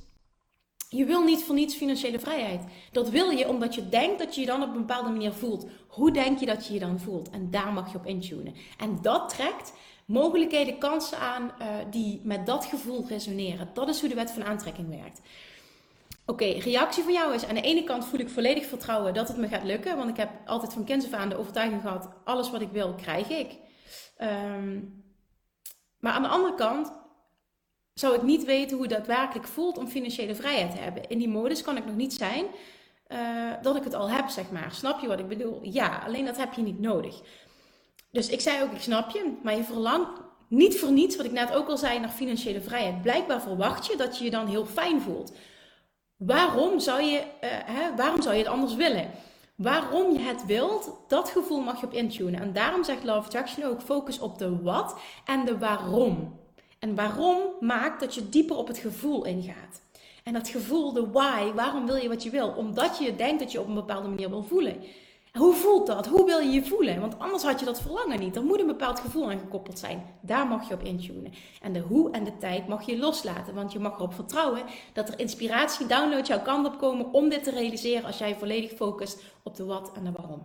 niets financiële vrijheid. Dat wil je omdat je denkt dat je je dan op een bepaalde manier voelt. Hoe denk je dat je je dan voelt? En daar mag je op intunen. En dat trekt mogelijkheden, kansen aan die met dat gevoel resoneren. Dat is hoe de wet van aantrekking werkt. Oké, reactie van jou is, aan de ene kant voel ik volledig vertrouwen dat het me gaat lukken. Want ik heb altijd van kinds af aan de overtuiging gehad, alles wat ik wil, krijg ik. Maar aan de andere kant zou ik niet weten hoe het daadwerkelijk voelt om financiële vrijheid te hebben. In die modus kan ik nog niet zijn dat ik het al heb, zeg maar. Snap je wat ik bedoel? Ja, alleen dat heb je niet nodig. Dus ik zei ook, ik snap je, maar je verlangt niet voor niets, wat ik net ook al zei, naar financiële vrijheid. Blijkbaar verwacht je dat je je dan heel fijn voelt. Waarom zou je het anders willen? Waarom je het wilt, dat gevoel mag je op intunen. En daarom zegt Law of Attraction ook, focus op de wat en de waarom. En waarom maakt dat je dieper op het gevoel ingaat. En dat gevoel, de why, waarom wil je wat je wil? Omdat je denkt dat je op een bepaalde manier wil voelen. Hoe voelt dat? Hoe wil je je voelen? Want anders had je dat verlangen niet. Er moet een bepaald gevoel aan gekoppeld zijn. Daar mag je op intunen. En de hoe en de tijd mag je loslaten. Want je mag erop vertrouwen dat er inspiratie, download jouw kant op komen om dit te realiseren als jij volledig focust op de wat en de waarom.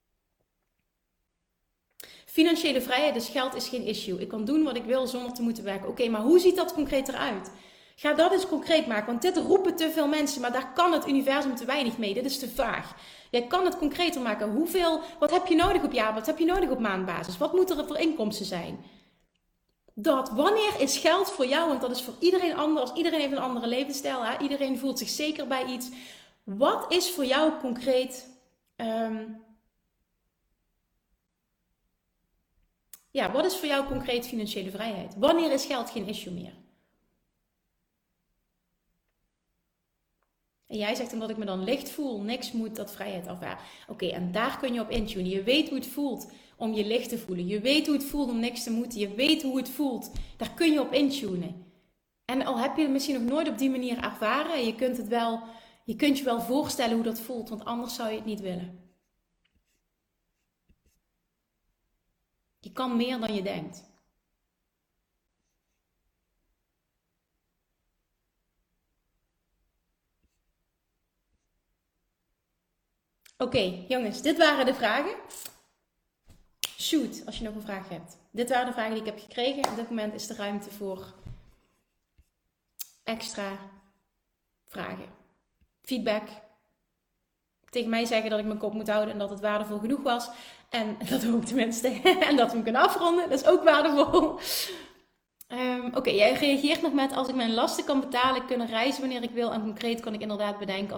Financiële vrijheid, dus geld is geen issue. Ik kan doen wat ik wil zonder te moeten werken. Oké, maar hoe ziet dat concreet eruit? Ga dat eens concreet maken, want dit roepen te veel mensen, maar daar kan het universum te weinig mee. Dit is te vaag. Jij kan het concreter maken. Wat heb je nodig op jaar? Wat heb je nodig op maandbasis? Wat moeten er voor inkomsten zijn? Wanneer is geld voor jou? Want dat is voor iedereen anders. Iedereen heeft een andere levensstijl. Hè? Iedereen voelt zich zeker bij iets. Wat is voor jou concreet? Wat is voor jou concreet financiële vrijheid? Wanneer is geld geen issue meer? En jij zegt omdat ik me dan licht voel, niks moet, dat vrijheid afwaar. Oké, en daar kun je op intunen. Je weet hoe het voelt om je licht te voelen. Je weet hoe het voelt om niks te moeten. Je weet hoe het voelt. Daar kun je op intunen. En al heb je het misschien nog nooit op die manier ervaren, je kunt je wel voorstellen hoe dat voelt, want anders zou je het niet willen. Je kan meer dan je denkt. Oké, jongens, dit waren de vragen. Shoot, als je nog een vraag hebt. Dit waren de vragen die ik heb gekregen. Op dit moment is de ruimte voor extra vragen. Feedback. Tegen mij zeggen dat ik mijn kop moet houden en dat het waardevol genoeg was. En dat ook tenminste. En dat we hem kunnen afronden. Dat is ook waardevol. Oké, jij reageert nog met: als ik mijn lasten kan betalen, kunnen reizen wanneer ik wil. En concreet kan ik inderdaad bedenken.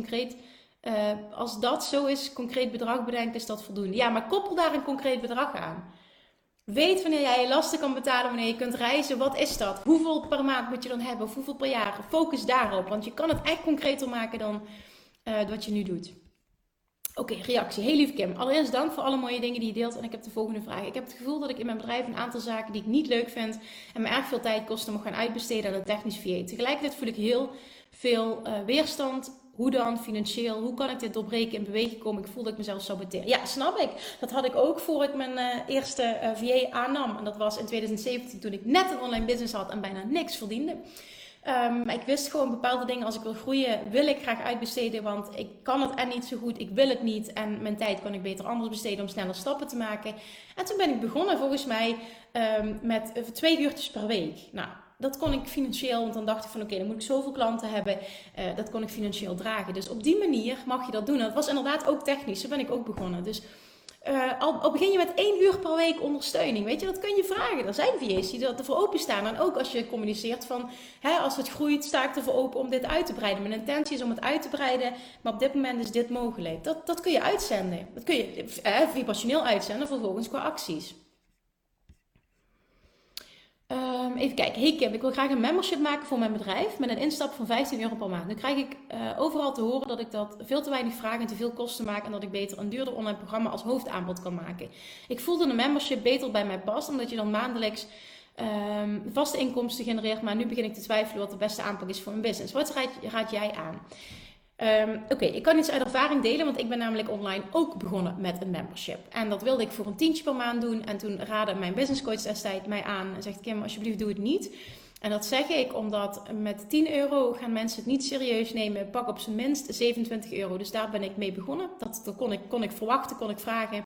Als dat zo is, concreet bedrag bedenken, is dat voldoende. Ja, maar koppel daar een concreet bedrag aan. Weet wanneer jij je lasten kan betalen, wanneer je kunt reizen. Wat is dat? Hoeveel per maand moet je dan hebben? Of hoeveel per jaar? Focus daarop. Want je kan het echt concreter maken dan wat je nu doet. Oké, reactie. Heel lief Kim. Allereerst dank voor alle mooie dingen die je deelt. En ik heb de volgende vraag. Ik heb het gevoel dat ik in mijn bedrijf een aantal zaken die ik niet leuk vind en me erg veel tijd kosten mag gaan uitbesteden aan een technisch VA. Tegelijkertijd voel ik heel veel weerstand. Hoe dan? Financieel? Hoe kan ik dit doorbreken, in beweging komen? Ik voel dat ik mezelf saboteer. Ja, snap ik. Dat had ik ook voor ik mijn eerste VA aannam. En dat was in 2017 toen ik net een online business had en bijna niks verdiende. Maar ik wist gewoon bepaalde dingen, als ik wil groeien, wil ik graag uitbesteden. Want ik kan het en niet zo goed, ik wil het niet. En mijn tijd kan ik beter anders besteden om sneller stappen te maken. En toen ben ik begonnen volgens mij met 2 uurtjes per week. Nou, dat kon ik financieel, want dan dacht ik van oké, dan moet ik zoveel klanten hebben. Dat kon ik financieel dragen. Dus op die manier mag je dat doen. En dat was inderdaad ook technisch, zo ben ik ook begonnen. Dus al begin je met 1 uur per week ondersteuning, weet je, dat kun je vragen. Er zijn VA's die ervoor openstaan. En ook als je communiceert van, als het groeit, sta ik ervoor open om dit uit te breiden. Mijn intentie is om het uit te breiden, maar op dit moment is dit mogelijk. Dat kun je uitzenden. Dat kun je vibrationeel uitzenden, vervolgens qua acties. Even kijken. Hey Kim, ik wil graag een membership maken voor mijn bedrijf met een instap van €15 per maand. Nu krijg ik overal te horen dat ik dat veel te weinig vraag en te veel kosten maak en dat ik beter een duurder online programma als hoofdaanbod kan maken. Ik voel dat een membership beter bij mij past, omdat je dan maandelijks vaste inkomsten genereert, maar nu begin ik te twijfelen wat de beste aanpak is voor mijn business. Wat raad jij aan? Oké, ik kan iets uit ervaring delen, want ik ben namelijk online ook begonnen met een membership. En dat wilde ik voor een tientje per maand doen. En toen raadde mijn businesscoach destijds mij aan en zegt: Kim, alsjeblieft doe het niet. En dat zeg ik omdat met 10 euro gaan mensen het niet serieus nemen. Pak op zijn minst 27 euro. Dus daar ben ik mee begonnen. Dat kon ik verwachten, kon ik vragen.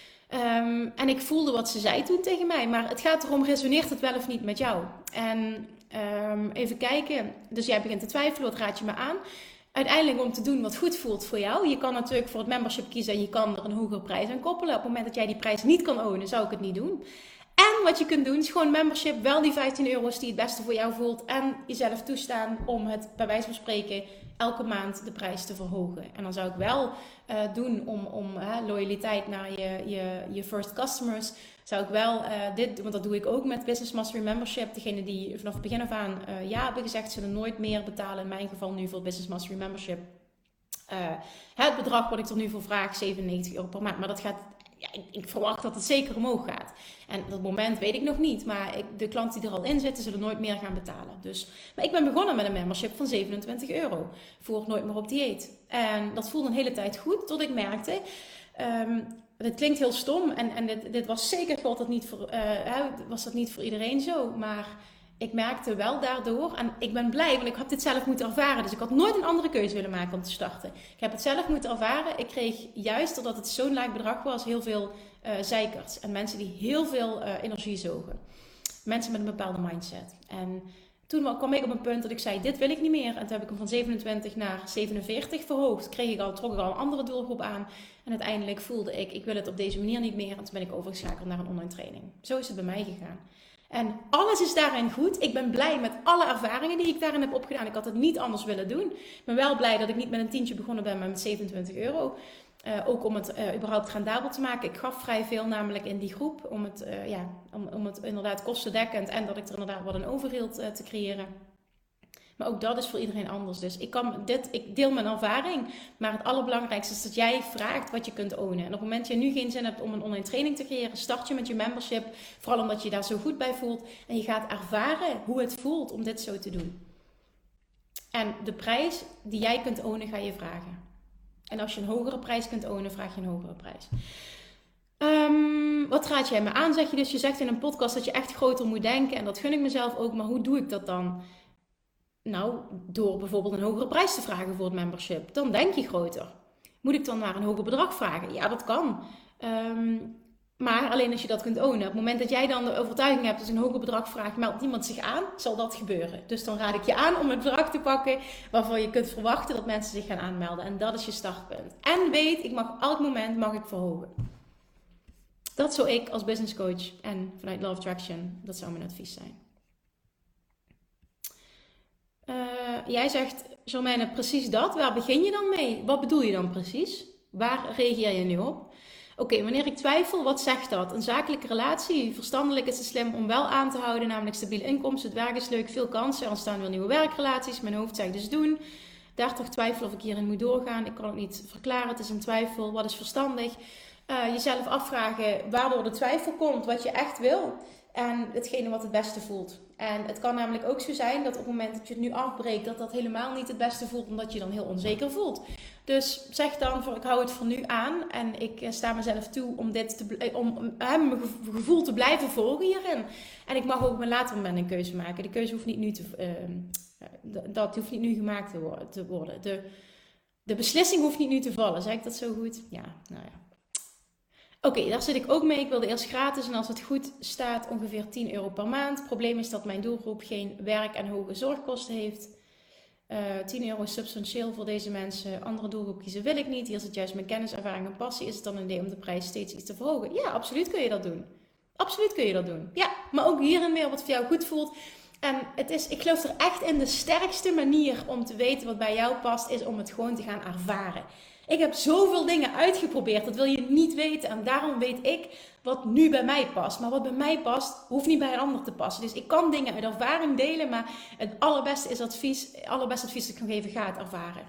En ik voelde wat ze zei toen tegen mij. Maar het gaat erom, resoneert het wel of niet met jou? En even kijken. Dus jij begint te twijfelen, wat raad je me aan? Uiteindelijk om te doen wat goed voelt voor jou. Je kan natuurlijk voor het membership kiezen en je kan er een hogere prijs aan koppelen. Op het moment dat jij die prijs niet kan ownen, zou ik het niet doen. En wat je kunt doen is gewoon membership, wel die 15 euro's die het beste voor jou voelt. En jezelf toestaan om het bij wijze van spreken elke maand de prijs te verhogen. En dan zou ik wel doen om loyaliteit naar je first customers. Zou ik wel dit doen, want dat doe ik ook met Business Mastery Membership. Degene die vanaf het begin af aan ja hebben gezegd, zullen nooit meer betalen. In mijn geval nu voor Business Mastery Membership. Het bedrag wat ik er nu voor vraag, 97 euro per maand. Maar dat gaat... Ja, ik verwacht dat het zeker omhoog gaat. En dat moment weet ik nog niet. Maar de klanten die er al in zitten, zullen nooit meer gaan betalen. Maar ik ben begonnen met een membership van 27 euro. Voor Nooit meer op dieet. En dat voelde een hele tijd goed. Tot ik merkte... het klinkt heel stom. En dit was zeker was dat niet voor iedereen zo. Maar... ik merkte wel daardoor, en ik ben blij, want ik heb dit zelf moeten ervaren. Dus ik had nooit een andere keuze willen maken om te starten. Ik heb het zelf moeten ervaren. Ik kreeg juist, doordat het zo'n laag bedrag was, heel veel zeikers. En mensen die heel veel energie zogen. Mensen met een bepaalde mindset. En toen kwam ik op een punt dat ik zei, dit wil ik niet meer. En toen heb ik hem van 27 naar 47 verhoogd. Trok ik al een andere doelgroep aan. En uiteindelijk voelde ik wil het op deze manier niet meer. En toen ben ik overgeschakeld naar een online training. Zo is het bij mij gegaan. En alles is daarin goed. Ik ben blij met alle ervaringen die ik daarin heb opgedaan. Ik had het niet anders willen doen. Ik ben wel blij dat ik niet met een tientje begonnen ben, maar met 27 euro. Ook om het überhaupt rendabel te maken. Ik gaf vrij veel namelijk in die groep. Om het inderdaad kostendekkend en dat ik er inderdaad wat aan overhield te creëren. Maar ook dat is voor iedereen anders. Dus ik deel mijn ervaring. Maar het allerbelangrijkste is dat jij vraagt wat je kunt ownen. En op het moment dat je nu geen zin hebt om een online training te creëren, start je met je membership. Vooral omdat je je daar zo goed bij voelt. En je gaat ervaren hoe het voelt om dit zo te doen. En de prijs die jij kunt ownen, ga je vragen. En als je een hogere prijs kunt ownen, vraag je een hogere prijs. Wat raad jij me aan, zeg je dus. Je zegt in een podcast dat je echt groter moet denken. En dat gun ik mezelf ook. Maar hoe doe ik dat dan? Nou, door bijvoorbeeld een hogere prijs te vragen voor het membership. Dan denk je groter. Moet ik dan naar een hoger bedrag vragen? Ja, dat kan. Maar alleen als je dat kunt ownen. Op het moment dat jij dan de overtuiging hebt, als een hoger bedrag vraagt, meldt niemand zich aan, zal dat gebeuren. Dus dan raad ik je aan om het bedrag te pakken waarvan je kunt verwachten dat mensen zich gaan aanmelden. En dat is je startpunt. En weet, elk moment mag ik verhogen. Dat zou ik als business coach en vanuit Law of Attraction, dat zou mijn advies zijn. Jij zegt, Germaine, precies dat. Waar begin je dan mee? Wat bedoel je dan precies? Waar reageer je nu op? Oké, wanneer ik twijfel, wat zegt dat? Een zakelijke relatie, verstandelijk is het slim om wel aan te houden, namelijk stabiele inkomsten, het werk is leuk, veel kansen, er ontstaan weer nieuwe werkrelaties, mijn hoofd zegt dus doen. Daar toch twijfelen of ik hierin moet doorgaan. Ik kan het niet verklaren, het is een twijfel, wat is verstandig? Jezelf afvragen waardoor de twijfel komt, wat je echt wil en hetgene wat het beste voelt. En het kan namelijk ook zo zijn dat op het moment dat je het nu afbreekt, dat helemaal niet het beste voelt, omdat je dan heel onzeker voelt. Dus zeg dan, ik hou het voor nu aan en ik sta mezelf toe om mijn gevoel te blijven volgen hierin. En ik mag ook op een later moment een keuze maken. De keuze hoeft niet nu dat hoeft niet nu gemaakt te worden. De beslissing hoeft niet nu te vallen. Zeg ik dat zo goed? Ja, nou ja. Oké, daar zit ik ook mee. Ik wilde eerst gratis en als het goed staat ongeveer 10 euro per maand. Het probleem is dat mijn doelgroep geen werk en hoge zorgkosten heeft. 10 euro is substantieel voor deze mensen. Andere doelgroep kiezen wil ik niet. Hier zit juist mijn kennis, ervaring en passie. Is het dan een idee om de prijs steeds iets te verhogen? Ja, absoluut kun je dat doen. Absoluut kun je dat doen. Ja, maar ook hierin weer wat voor jou goed voelt. En ik geloof er echt in, de sterkste manier om te weten wat bij jou past, is om het gewoon te gaan ervaren. Ik heb zoveel dingen uitgeprobeerd, dat wil je niet weten. En daarom weet ik wat nu bij mij past. Maar wat bij mij past, hoeft niet bij een ander te passen. Dus ik kan dingen uit ervaring delen, maar het allerbeste advies dat ik kan geven, ga het ervaren.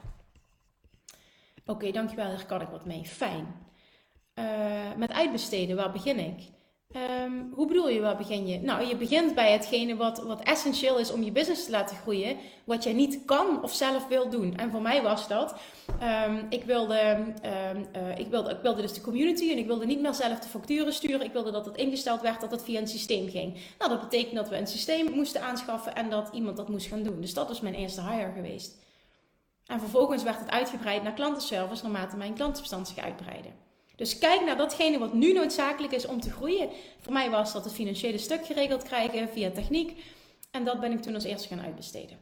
Oké, dankjewel, daar kan ik wat mee. Fijn. Met uitbesteden, waar begin ik? Hoe bedoel je, waar begin je? Nou, je begint bij hetgene wat essentieel is om je business te laten groeien. Wat jij niet kan of zelf wil doen. En voor mij was dat, ik wilde dus de community en ik wilde niet meer zelf de facturen sturen. Ik wilde dat het ingesteld werd, dat het via een systeem ging. Nou, dat betekent dat we een systeem moesten aanschaffen en dat iemand dat moest gaan doen. Dus dat was mijn eerste hire geweest. En vervolgens werd het uitgebreid naar klantenservice naarmate mijn klantenbestand zich uitbreidde. Dus kijk naar datgene wat nu noodzakelijk is om te groeien. Voor mij was dat het financiële stuk geregeld krijgen via techniek. En dat ben ik toen als eerste gaan uitbesteden.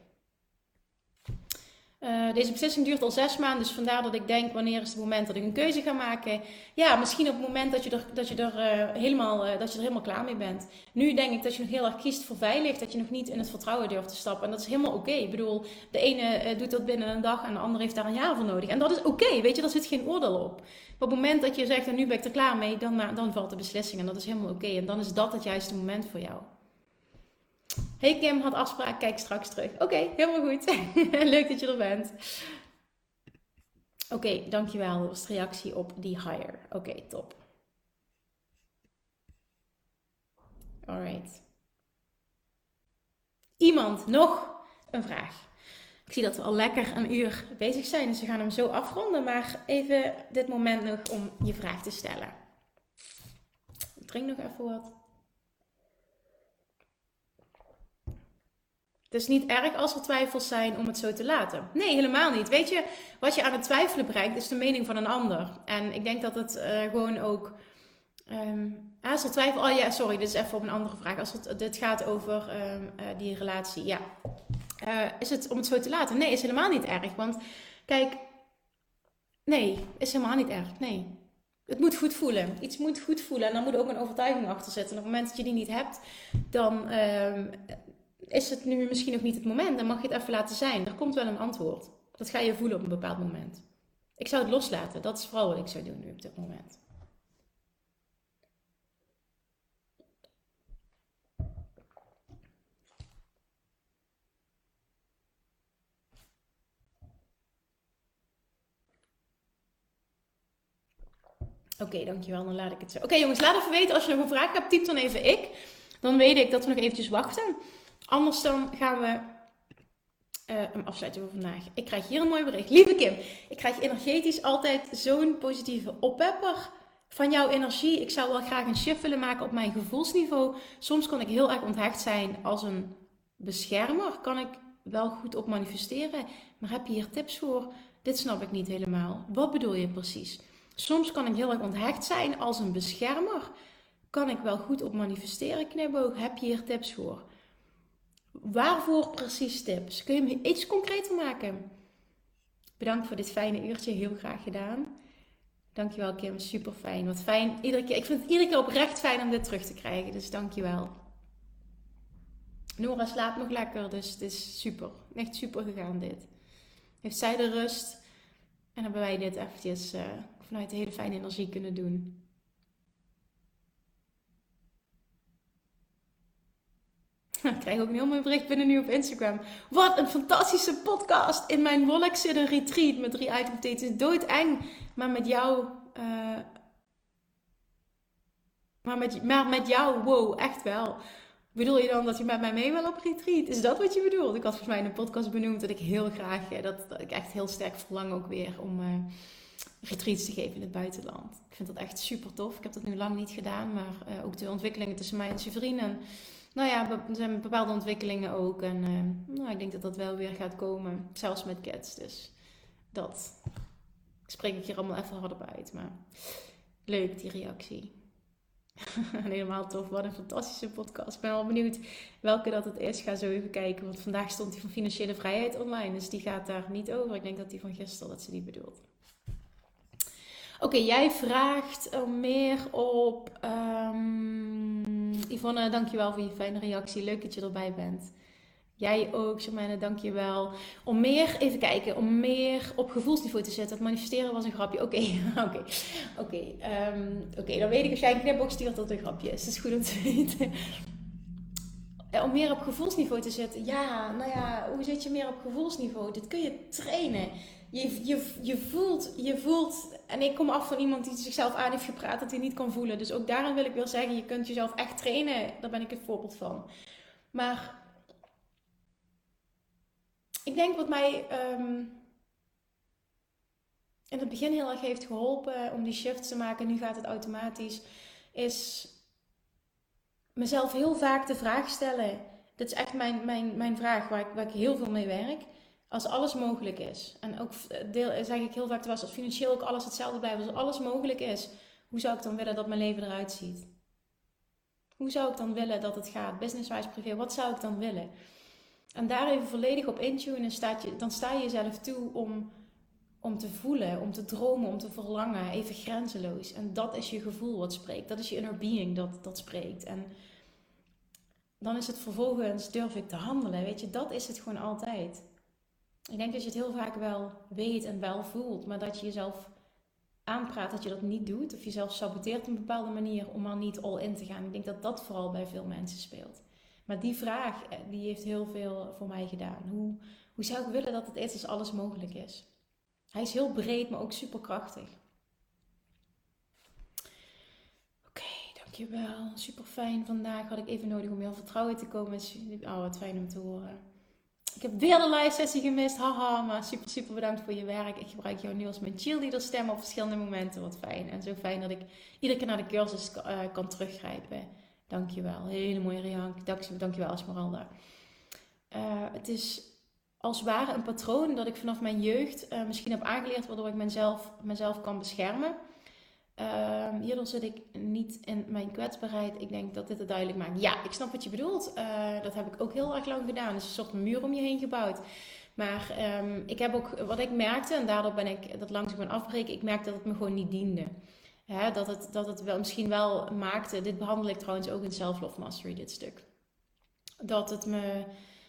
Deze beslissing duurt al 6 maanden, dus vandaar dat ik denk, wanneer is het moment dat ik een keuze ga maken? Ja, misschien op het moment dat je er helemaal klaar mee bent. Nu denk ik dat je nog heel erg kiest voor veilig, dat je nog niet in het vertrouwen durft te stappen. En dat is helemaal oké. Ik bedoel, de ene doet dat binnen een dag en de andere heeft daar een jaar voor nodig. En dat is oké, weet je, daar zit geen oordeel op. Maar op het moment dat je zegt, en nu ben ik er klaar mee, dan valt de beslissing en dat is helemaal oké. En dan is dat het juiste moment voor jou. Hey Kim, had afspraak, kijk straks terug. Oké, helemaal goed. Leuk dat je er bent. Oké, dankjewel. Dat was de reactie op die hire. Oké, top. Alright. Iemand nog een vraag? Ik zie dat we al lekker een uur bezig zijn, dus we gaan hem zo afronden. Maar even dit moment nog om je vraag te stellen. Ik drink nog even wat. Het is niet erg als er twijfels zijn om het zo te laten. Nee, helemaal niet. Weet je, wat je aan het twijfelen brengt, is de mening van een ander. En ik denk dat het gewoon ook... als er twijfel... Oh ja, sorry, dit is even op een andere vraag. Als dit gaat over die relatie, ja. Is het om het zo te laten? Nee, is helemaal niet erg. Want kijk, nee, is helemaal niet erg. Nee. Het moet goed voelen. Iets moet goed voelen. En dan moet ook een overtuiging achter zitten. En op het moment dat je die niet hebt, dan... is het nu misschien nog niet het moment? Dan mag je het even laten zijn. Er komt wel een antwoord. Dat ga je voelen op een bepaald moment. Ik zou het loslaten. Dat is vooral wat ik zou doen nu op dit moment. Oké, dankjewel. Dan laat ik het zo. Oké, jongens, laat even weten als je nog een vraag hebt. Typ dan even ik. Dan weet ik dat we nog eventjes wachten. Anders dan gaan we hem afsluiten voor vandaag. Ik krijg hier een mooi bericht. Lieve Kim, ik krijg energetisch altijd zo'n positieve oppepper van jouw energie. Ik zou wel graag een shift willen maken op mijn gevoelsniveau. Soms kan ik heel erg onthecht zijn als een beschermer. Kan ik wel goed op manifesteren. Maar heb je hier tips voor? Dit snap ik niet helemaal. Wat bedoel je precies? Soms kan ik heel erg onthecht zijn als een beschermer. Kan ik wel goed op manifesteren, knipoog? Heb je hier tips voor? Waarvoor precies tips? Kun je me iets concreter maken? Bedankt voor dit fijne uurtje. Heel graag gedaan. Dankjewel Kim. Super fijn. Wat fijn. Iedere keer, ik vind het iedere keer oprecht fijn om dit terug te krijgen. Dus dankjewel. Nora slaapt nog lekker. Dus het is super. Echt super gegaan dit. Heeft zij de rust. En hebben wij dit eventjes vanuit de hele fijne energie kunnen doen. Ik krijg ook een heel mooi bericht binnen nu op Instagram. Wat een fantastische podcast. In mijn Wolk zit een retreat met 3 itemdates. Het is doodeng. Maar met jou... Maar met jou, wow, echt wel. Bedoel je dan dat je met mij mee wil op retreat? Is dat wat je bedoelt? Ik had volgens mij in de podcast benoemd dat ik heel graag... dat ik echt heel sterk verlang ook weer om retreats te geven in het buitenland. Ik vind dat echt super tof. Ik heb dat nu lang niet gedaan. Maar ook de ontwikkelingen tussen mij en Severine... En, nou ja, er zijn bepaalde ontwikkelingen ook. En ik denk dat dat wel weer gaat komen. Zelfs met kids. Dus dat spreek ik hier allemaal even hardop uit. Maar leuk, die reactie. Helemaal tof. Wat een fantastische podcast. Ik ben wel benieuwd welke dat het is. Ga zo even kijken. Want vandaag stond die van Financiële Vrijheid online. Dus die gaat daar niet over. Ik denk dat die van gisteren, dat ze die bedoelt. Oké, jij vraagt om meer op... Yvonne, dankjewel voor je fijne reactie. Leuk dat je erbij bent. Jij ook, Germaine, dankjewel. Om meer, even kijken, om meer op gevoelsniveau te zetten. Het manifesteren was een grapje. Oké, dan weet ik als jij een knipoog stuurt dat het een grapje is. Dat is goed om te weten. Om meer op gevoelsniveau te zetten. Ja, nou ja, hoe zit je meer op gevoelsniveau? Dit kun je trainen. je voelt, en ik kom af van iemand die zichzelf aan heeft gepraat dat hij niet kan voelen. Dus ook daarin wil ik wel zeggen, je kunt jezelf echt trainen. Daar ben ik het voorbeeld van. Maar ik denk wat mij in het begin heel erg heeft geholpen om die shift te maken, nu gaat het automatisch, is mezelf heel vaak de vraag stellen. Dit is echt mijn vraag waar ik heel veel mee werk. Als alles mogelijk is. En ook zeg ik heel vaak, als financieel ook alles hetzelfde blijft. Als alles mogelijk is. Hoe zou ik dan willen dat mijn leven eruit ziet? Hoe zou ik dan willen dat het gaat? Businesswise, privé. Wat zou ik dan willen? En daar even volledig op intunen. Dan sta je jezelf toe om te voelen. Om te dromen. Om te verlangen. Even grenzeloos. En dat is je gevoel wat spreekt. Dat is je inner being dat spreekt. En dan is het vervolgens, durf ik te handelen. Weet je, dat is het gewoon altijd. Ik denk dat je het heel vaak wel weet en wel voelt, maar dat je jezelf aanpraat dat je dat niet doet. Of jezelf saboteert op een bepaalde manier om er niet all in te gaan. Ik denk dat dat vooral bij veel mensen speelt. Maar die vraag, die heeft heel veel voor mij gedaan. Hoe zou ik willen dat het is als alles mogelijk is? Hij is heel breed, maar ook super krachtig. Oké, dankjewel. Super fijn. Vandaag had ik even nodig om heel vertrouwen te komen. Oh, wat fijn om te horen. Ik heb weer de live sessie gemist. Haha, maar super bedankt voor je werk. Ik gebruik jou nu als mijn cheerleader stem op verschillende momenten. Wat fijn. En zo fijn dat ik iedere keer naar de cursus kan teruggrijpen. Dankjewel. Hele mooie reactie. Dankjewel Esmeralda. Het is als het ware een patroon dat ik vanaf mijn jeugd misschien heb aangeleerd. Waardoor ik mezelf kan beschermen. Hierdoor zit ik niet in mijn kwetsbaarheid. Ik denk dat dit het duidelijk maakt. Ja, ik snap wat je bedoelt. Dat heb ik ook heel erg lang gedaan. Dus een soort muur om je heen gebouwd. Maar ik heb ook, wat ik merkte, en daardoor ben ik dat langzaam gaan afbreken. Ik merkte dat het me gewoon niet diende. Dat het wel, misschien wel maakte. Dit behandel ik trouwens ook in Self-Love Mastery, dit stuk. Dat het me...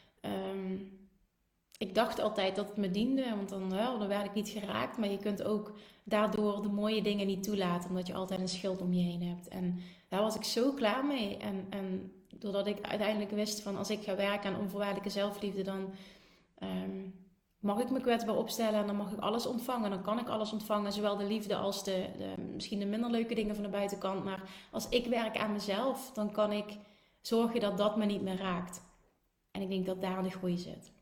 ik dacht altijd dat het me diende, want dan werd ik niet geraakt. Maar je kunt ook daardoor de mooie dingen niet toelaten, omdat je altijd een schild om je heen hebt. En daar was ik zo klaar mee. En doordat ik uiteindelijk wist van als ik ga werken aan onvoorwaardelijke zelfliefde, dan mag ik me kwetsbaar opstellen en dan mag ik alles ontvangen. Dan kan ik alles ontvangen, zowel de liefde als misschien de minder leuke dingen van de buitenkant. Maar als ik werk aan mezelf, dan kan ik zorgen dat dat me niet meer raakt. En ik denk dat daar de groei zit.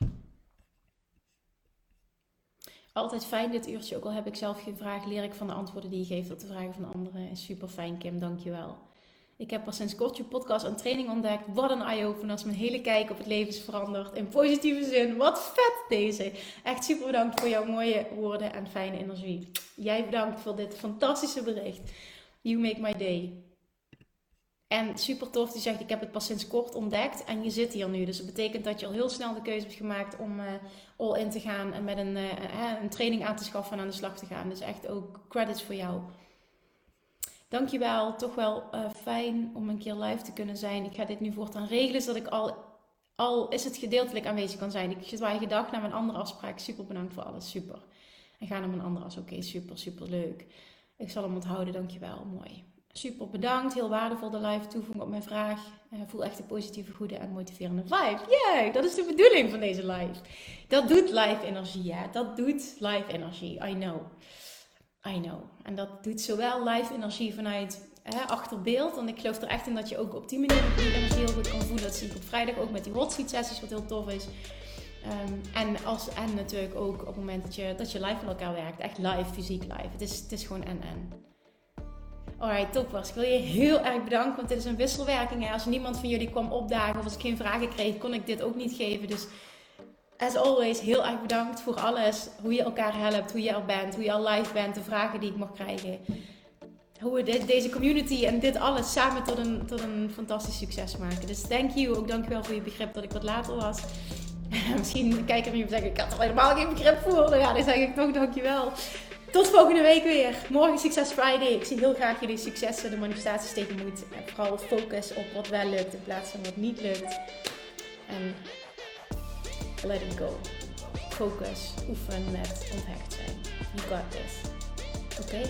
Altijd fijn dit uurtje, ook al heb ik zelf geen vraag, leer ik van de antwoorden die je geeft op de vragen van anderen. Super fijn, Kim, dankjewel. Ik heb pas sinds kort je podcast en training ontdekt. Wat een eye-opener, mijn hele kijk op het leven is veranderd. In positieve zin, wat vet deze. Echt super bedankt voor jouw mooie woorden en fijne energie. Jij bedankt voor dit fantastische bericht. You make my day. En super tof, die zegt ik heb het pas sinds kort ontdekt en je zit hier nu. Dus dat betekent dat je al heel snel de keuze hebt gemaakt om all in te gaan en met een training aan te schaffen en aan de slag te gaan. Dus echt ook credits voor jou. Dankjewel, toch wel fijn om een keer live te kunnen zijn. Ik ga dit nu voortaan regelen, zodat ik al is het gedeeltelijk aanwezig kan zijn. Ik zwaai gedag naar mijn andere afspraak. Super bedankt voor alles, super. En ga naar mijn andere afspraak. Oké, super leuk. Ik zal hem onthouden, dankjewel, mooi. Super bedankt, heel waardevol de live toevoeging op mijn vraag. Voel echt een positieve, goede en motiverende vibe. Yeah, dat is de bedoeling van deze live. Dat doet live energie, ja. Dat doet live energie, I know. En dat doet zowel live energie vanuit achterbeeld. Want ik geloof er echt in dat je ook op die manier die energie heel goed kan voelen. Dat zie ik op vrijdag ook met die hot seat sessies, wat heel tof is. En natuurlijk ook op het moment dat je live met elkaar werkt. Echt live, fysiek live. Het is gewoon en. Alright, toppers. Ik wil je heel erg bedanken, want dit is een wisselwerking. Hè? Als niemand van jullie kwam opdagen of als ik geen vragen kreeg, kon ik dit ook niet geven. Dus as always, heel erg bedankt voor alles. Hoe je elkaar helpt, hoe je er bent, hoe je al live bent, de vragen die ik mag krijgen. Hoe we deze community en dit alles samen tot een fantastisch succes maken. Dus thank you. Ook dankjewel voor je begrip dat ik wat later was. Misschien kijken er nu en zeggen, ik had er helemaal geen begrip voor. Nou ja, dan zeg ik nog dankjewel. Tot volgende week weer. Morgen Success Friday. Ik zie heel graag jullie successen, de manifestaties tegemoet. En vooral focus op wat wel lukt in plaats van wat niet lukt. En let it go. Focus. Oefen met onthecht zijn. You got this. Oké?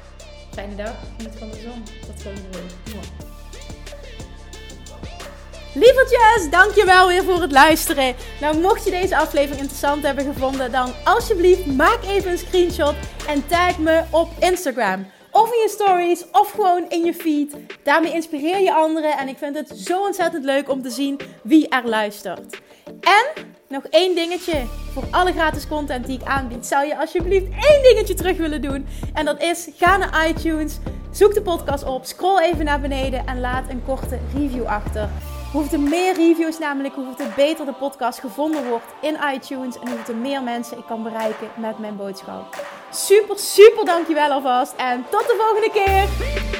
Fijne dag. Geniet van de zon. Tot volgende week. Mwah. Lievertjes, dankjewel weer voor het luisteren. Nou, mocht je deze aflevering interessant hebben gevonden, dan alsjeblieft maak even een screenshot en tag me op Instagram. Of in je stories, of gewoon in je feed. Daarmee inspireer je anderen en ik vind het zo ontzettend leuk om te zien wie er luistert. En nog één dingetje. Voor alle gratis content die ik aanbied, zou je alsjeblieft één dingetje terug willen doen. En dat is, ga naar iTunes, zoek de podcast op, scroll even naar beneden en laat een korte review achter. Hoeveel meer reviews namelijk, hoeveel beter de podcast gevonden wordt in iTunes. En hoeveel meer mensen ik kan bereiken met mijn boodschap. Super, super dankjewel alvast. En tot de volgende keer.